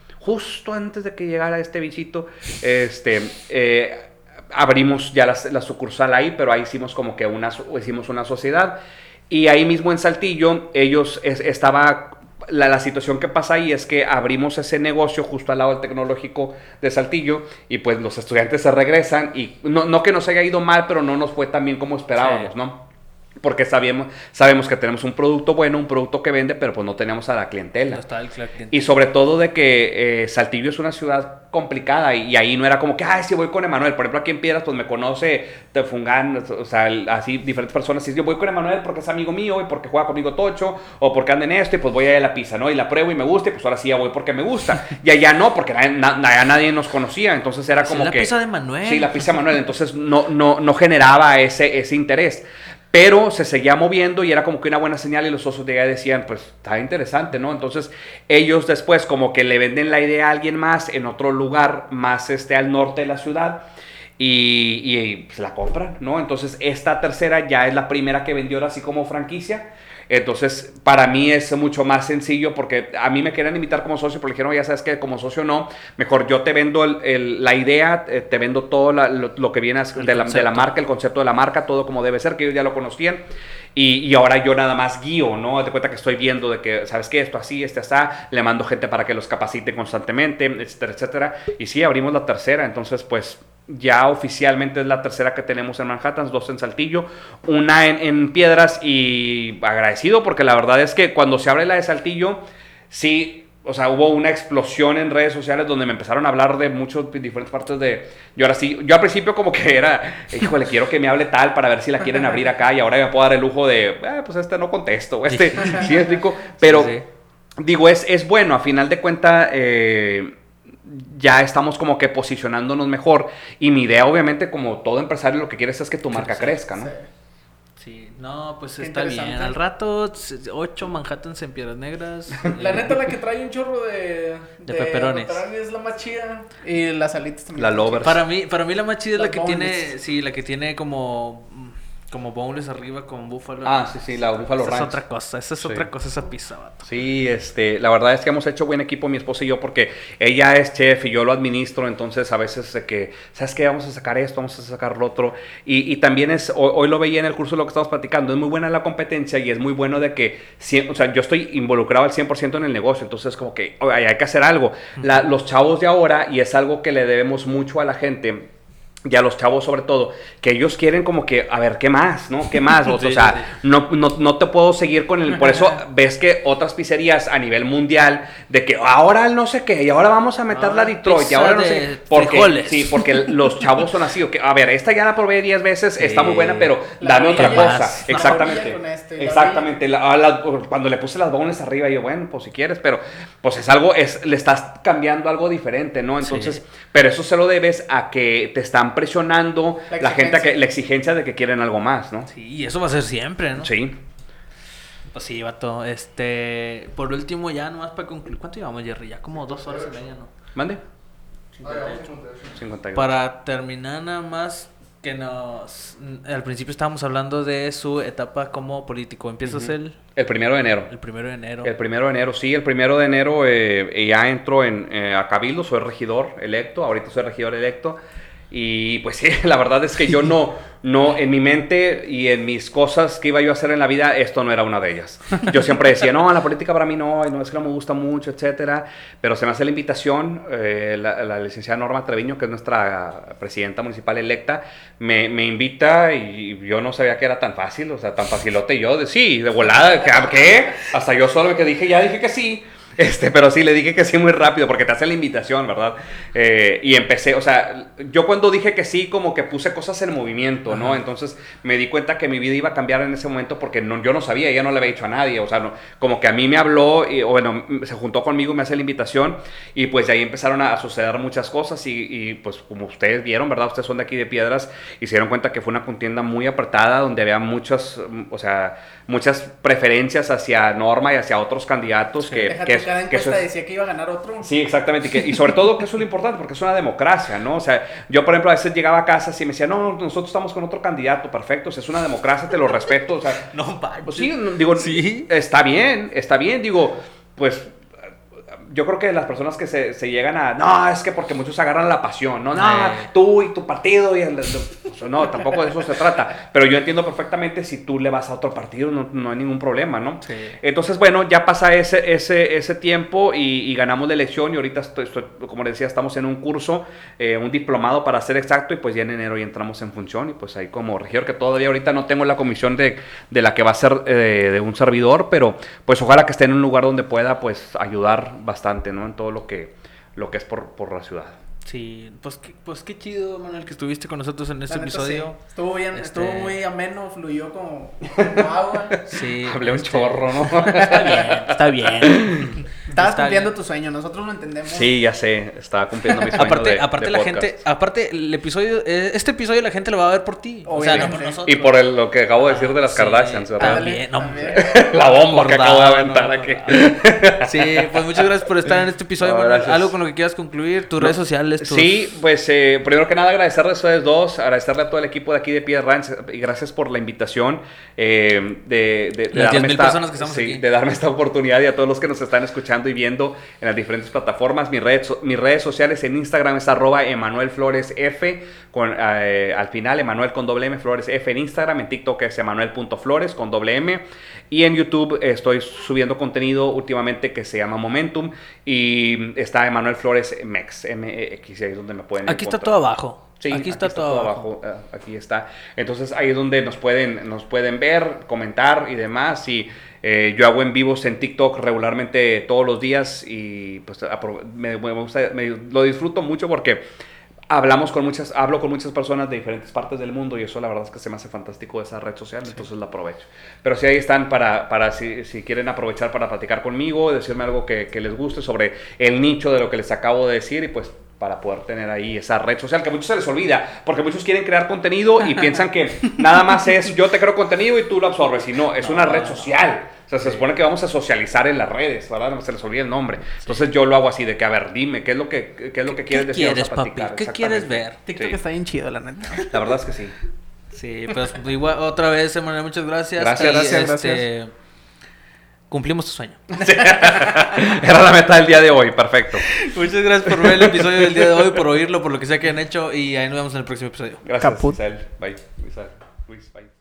justo antes de que llegara este visito, este, eh, abrimos ya la, la sucursal ahí, pero ahí hicimos como que una, hicimos una sociedad. Y ahí mismo en Saltillo, ellos es, estaba... La, la situación que pasa ahí es que abrimos ese negocio justo al lado del tecnológico de Saltillo y pues los estudiantes se regresan y no, no que nos haya ido mal, pero no nos fue tan bien como esperábamos, sí. ¿no? Porque sabemos, sabemos que tenemos un producto bueno, un producto que vende, pero pues no teníamos a la clientela. No está el cliente. Y sobre todo de que eh, Saltillo es una ciudad complicada y, y ahí no era como que, ay, si voy con Emanuel. Por ejemplo, aquí en Piedras, pues me conoce Tefungán, o sea, así diferentes personas. Y yo voy con Emanuel porque es amigo mío y porque juega conmigo tocho o porque anda en esto y pues voy a ir a la pizza, ¿no? Y la pruebo y me gusta y pues ahora sí ya voy porque me gusta. Y allá no, porque na, na, nadie nos conocía. Entonces era como sí, que... la pizza de Manuel. Sí, la pizza de Manuel. Entonces no, no, no generaba ese, ese interés. Pero se seguía moviendo y era como que una buena señal y los socios de allá decían, pues está interesante, ¿no? Entonces ellos después como que le venden la idea a alguien más en otro lugar más este, al norte de la ciudad y, y pues, la compran, ¿no? Entonces esta tercera ya es la primera que vendió ahora así como franquicia. Entonces, para mí es mucho más sencillo porque a mí me querían invitar como socio, pero le dijeron, ya sabes que como socio no, mejor yo te vendo el, el, la idea, eh, te vendo todo la, lo, lo que viene de la, de la marca, el concepto de la marca, todo como debe ser, que ellos ya lo conocían. Y, y ahora yo nada más guío, ¿no? De cuenta que estoy viendo de que, ¿sabes qué? Esto así, este así, le mando gente para que los capacite constantemente, etcétera, etcétera. Y sí, abrimos la tercera, entonces pues... Ya oficialmente es la tercera que tenemos en Manhattan, dos en Saltillo, una en, en Piedras y agradecido porque la verdad es que cuando se abre la de Saltillo, sí, o sea, hubo una explosión en redes sociales donde me empezaron a hablar de muchas diferentes partes de... Yo ahora sí, yo al principio como que era, híjole, quiero que me hable tal para ver si la quieren abrir acá y ahora me puedo dar el lujo de, eh, pues este no contesto, este, sí me explico, pero sí, sí. digo, es, es bueno, a final de cuentas... Eh, ya estamos como que posicionándonos mejor y mi idea obviamente como todo empresario lo que quieres es que tu marca sí, crezca, ¿no? Sí. Sí, no, pues qué está bien. Al rato, ocho Manhattans en Piedras Negras. La neta, la que trae un chorro de... De, de peperones. Es la más chida. Y las alitas también. La Lovers. Para mí, para mí la más chida es la que boneless. tiene... Sí, la que tiene como... Como boneless arriba con búfalo. Ah, sí, sí, la búfalo ranch. Esa es otra cosa, esa es sí. otra cosa, esa pizza, vato. Sí, este, la verdad es que hemos hecho buen equipo, mi esposa y yo, porque ella es chef y yo lo administro, entonces a veces de que, ¿sabes qué? Vamos a sacar esto, vamos a sacar lo otro. Y, y también es, hoy, hoy lo veía en el curso de lo que estamos platicando, es muy buena la competencia y es muy bueno de que, o sea, yo estoy involucrado al cien por ciento en el negocio, entonces como que oye, hay que hacer algo. La, los chavos de ahora, y es algo que le debemos mucho a la gente, y a los chavos sobre todo, que ellos quieren como que, a ver, ¿qué más? ¿No? ¿Qué más? O, sí, o sea, sí. no, no, no te puedo seguir con el... Por eso ves que otras pizzerías a nivel mundial, de que ahora no sé qué, y ahora vamos a meterla a Detroit, y ahora no sé... Porque, sí, porque los chavos son así, okay, a ver, esta ya la probé diez veces, sí. está muy buena, pero la dame otra cosa. Más. Exactamente. Este, exactamente. La, la, cuando le puse las bones arriba, yo, bueno, pues si quieres, pero pues es algo, es, le estás cambiando algo diferente, ¿no? Entonces, sí. pero eso se lo debes a que te están presionando la, la gente, que, la exigencia de que quieren algo más, ¿no? Sí, y eso va a ser siempre, ¿no? Sí. Pues sí, vato. Este, por último, ya nomás para concluir. ¿Cuánto llevamos, Jerry? Ya como dos horas y media, ¿no? ¿Mande? cincuenta y ocho. Para terminar nada más, que nos... Al principio estábamos hablando de su etapa como político. ¿Empiezas uh-huh. el...? El primero de enero. El primero de enero. El primero de enero, sí. El primero de enero eh, ya entro en, eh, a Cabildo. Soy regidor electo. Ahorita soy regidor electo. Y pues sí, la verdad es que yo no, no, en mi mente y en mis cosas que iba yo a hacer en la vida, esto no era una de ellas. Yo siempre decía, no, la política para mí no, no es que no me gusta mucho, etcétera. Pero se me hace la invitación, eh, la, la licenciada Norma Treviño, que es nuestra presidenta municipal electa, me, me invita y yo no sabía que era tan fácil, o sea, tan facilote. Y yo, de, sí, de volada, ¿qué? Hasta yo solo que dije, ya dije que sí. Este, pero sí, le dije que sí muy rápido porque te hacen la invitación, ¿verdad? Eh, y empecé, o sea, yo cuando dije que sí, como que puse cosas en movimiento, ¿no? Ajá. Entonces me di cuenta que mi vida iba a cambiar en ese momento porque no, yo no sabía, ella no le había dicho a nadie, o sea, no, como que a mí me habló, y, o bueno, se juntó conmigo, me hace la invitación y pues de ahí empezaron a, a suceder muchas cosas y, y pues como ustedes vieron, ¿verdad? Ustedes son de aquí de Piedras y se dieron cuenta que fue una contienda muy apretada donde había muchas, o sea, muchas preferencias hacia Norma y hacia otros candidatos sí. que... que Cada encuesta es, decía que iba a ganar otro. Sí, exactamente. Y, que, y sobre todo que eso es lo importante, porque es una democracia, ¿no? O sea, yo, por ejemplo, a veces llegaba a casa y me decía, no, nosotros estamos con otro candidato, perfecto, o sea, es una democracia, te lo respeto. O sea, no, pues sí, digo, sí, está bien, está bien, digo, pues... Yo creo que las personas que se, se llegan a... No, es que porque muchos agarran la pasión. No, no, eh. tú y tu partido. y el, el, el, No, tampoco de eso se trata. Pero yo entiendo perfectamente si tú le vas a otro partido, no, no hay ningún problema, ¿no? Sí. Entonces, bueno, ya pasa ese, ese, ese tiempo y, y ganamos la elección. Y ahorita, estoy, estoy, como les decía, estamos en un curso, eh, un diplomado para ser exacto. Y pues ya en enero ya entramos en función. Y pues ahí como regidor, que todavía ahorita no tengo la comisión de, de la que va a ser eh, de un servidor. Pero pues ojalá que esté en un lugar donde pueda pues ayudar bastante. Bastante, ¿no? En todo lo que, lo que es por, por la ciudad. Sí, pues, pues qué chido, Manuel, que estuviste con nosotros en este episodio. Sí. Estuvo bien, este... estuvo muy ameno, fluyó como, como agua. Sí. Hablé un este... chorro, ¿no? Está bien, está bien. Estabas está cumpliendo bien. tu sueño, nosotros lo entendemos. Sí, ya sé, estaba cumpliendo mi sueño aparte, de, aparte de la podcast. gente, aparte el episodio, este episodio la gente lo va a ver por ti. Obviamente. O sea, no por nosotros. Y por el, lo que acabo de decir de las sí, Kardashians, ¿verdad? También, no, también. La bomba que acabo de aventar no, no, aquí. No. Sí, pues muchas gracias por estar en este episodio, no, Manuel. Algo con lo que quieras concluir, tus no. redes sociales. Tus... Sí, pues eh, primero que nada agradecerles a ustedes dos, agradecerle a todo el equipo de aquí de Piedras Ranch y gracias por la invitación eh, de, de, de, darme esta, personas que estamos sí, aquí. de darme esta oportunidad y a todos los que nos están escuchando y viendo en las diferentes plataformas. Mis redes, mis redes sociales en Instagram es arroba Emanuel Flores F, con, eh, al final Emanuel con doble M, Flores F en Instagram, en TikTok es Emanuel.flores con doble M y en YouTube estoy subiendo contenido últimamente que se llama Momentum y está Emanuel Flores Mex, M E X, ahí es donde me pueden Aquí encontrar. Está todo abajo. Sí, aquí está, aquí está todo, todo abajo. abajo. Uh, aquí está. Entonces ahí es donde nos pueden, nos pueden ver, comentar y demás. Y eh, yo hago en vivos en TikTok regularmente todos los días y pues me, me gusta, me, lo disfruto mucho porque hablamos con muchas, hablo con muchas personas de diferentes partes del mundo y eso la verdad es que se me hace fantástico esa red social, sí. Entonces la aprovecho. Pero sí ahí están para, para si, si quieren aprovechar para platicar conmigo, decirme algo que, que les guste sobre el nicho de lo que les acabo de decir y pues para poder tener ahí esa red social que a muchos se les olvida, porque muchos quieren crear contenido y piensan que nada más es yo te creo contenido y tú lo absorbes, y no, es una red social. O sea, se supone que vamos a socializar en las redes, ¿verdad? No se les olvida el nombre. Entonces yo lo hago así, de que, a ver, dime, ¿qué es lo que, qué es lo que quieres decir? ¿Qué quieres, papi? ¿Qué quieres ver? TikTok sí. Está bien chido, la neta. La verdad es que sí. Sí, pues igual, otra vez, Emanuel, muchas gracias. Gracias, y, gracias, este, gracias. Cumplimos tu sueño. Sí. Era la meta del día de hoy, perfecto. Muchas gracias por ver el episodio del día de hoy, por oírlo, por lo que sea que han hecho, y ahí nos vemos en el próximo episodio. Gracias, Caput. Isabel. Bye. Luis, bye.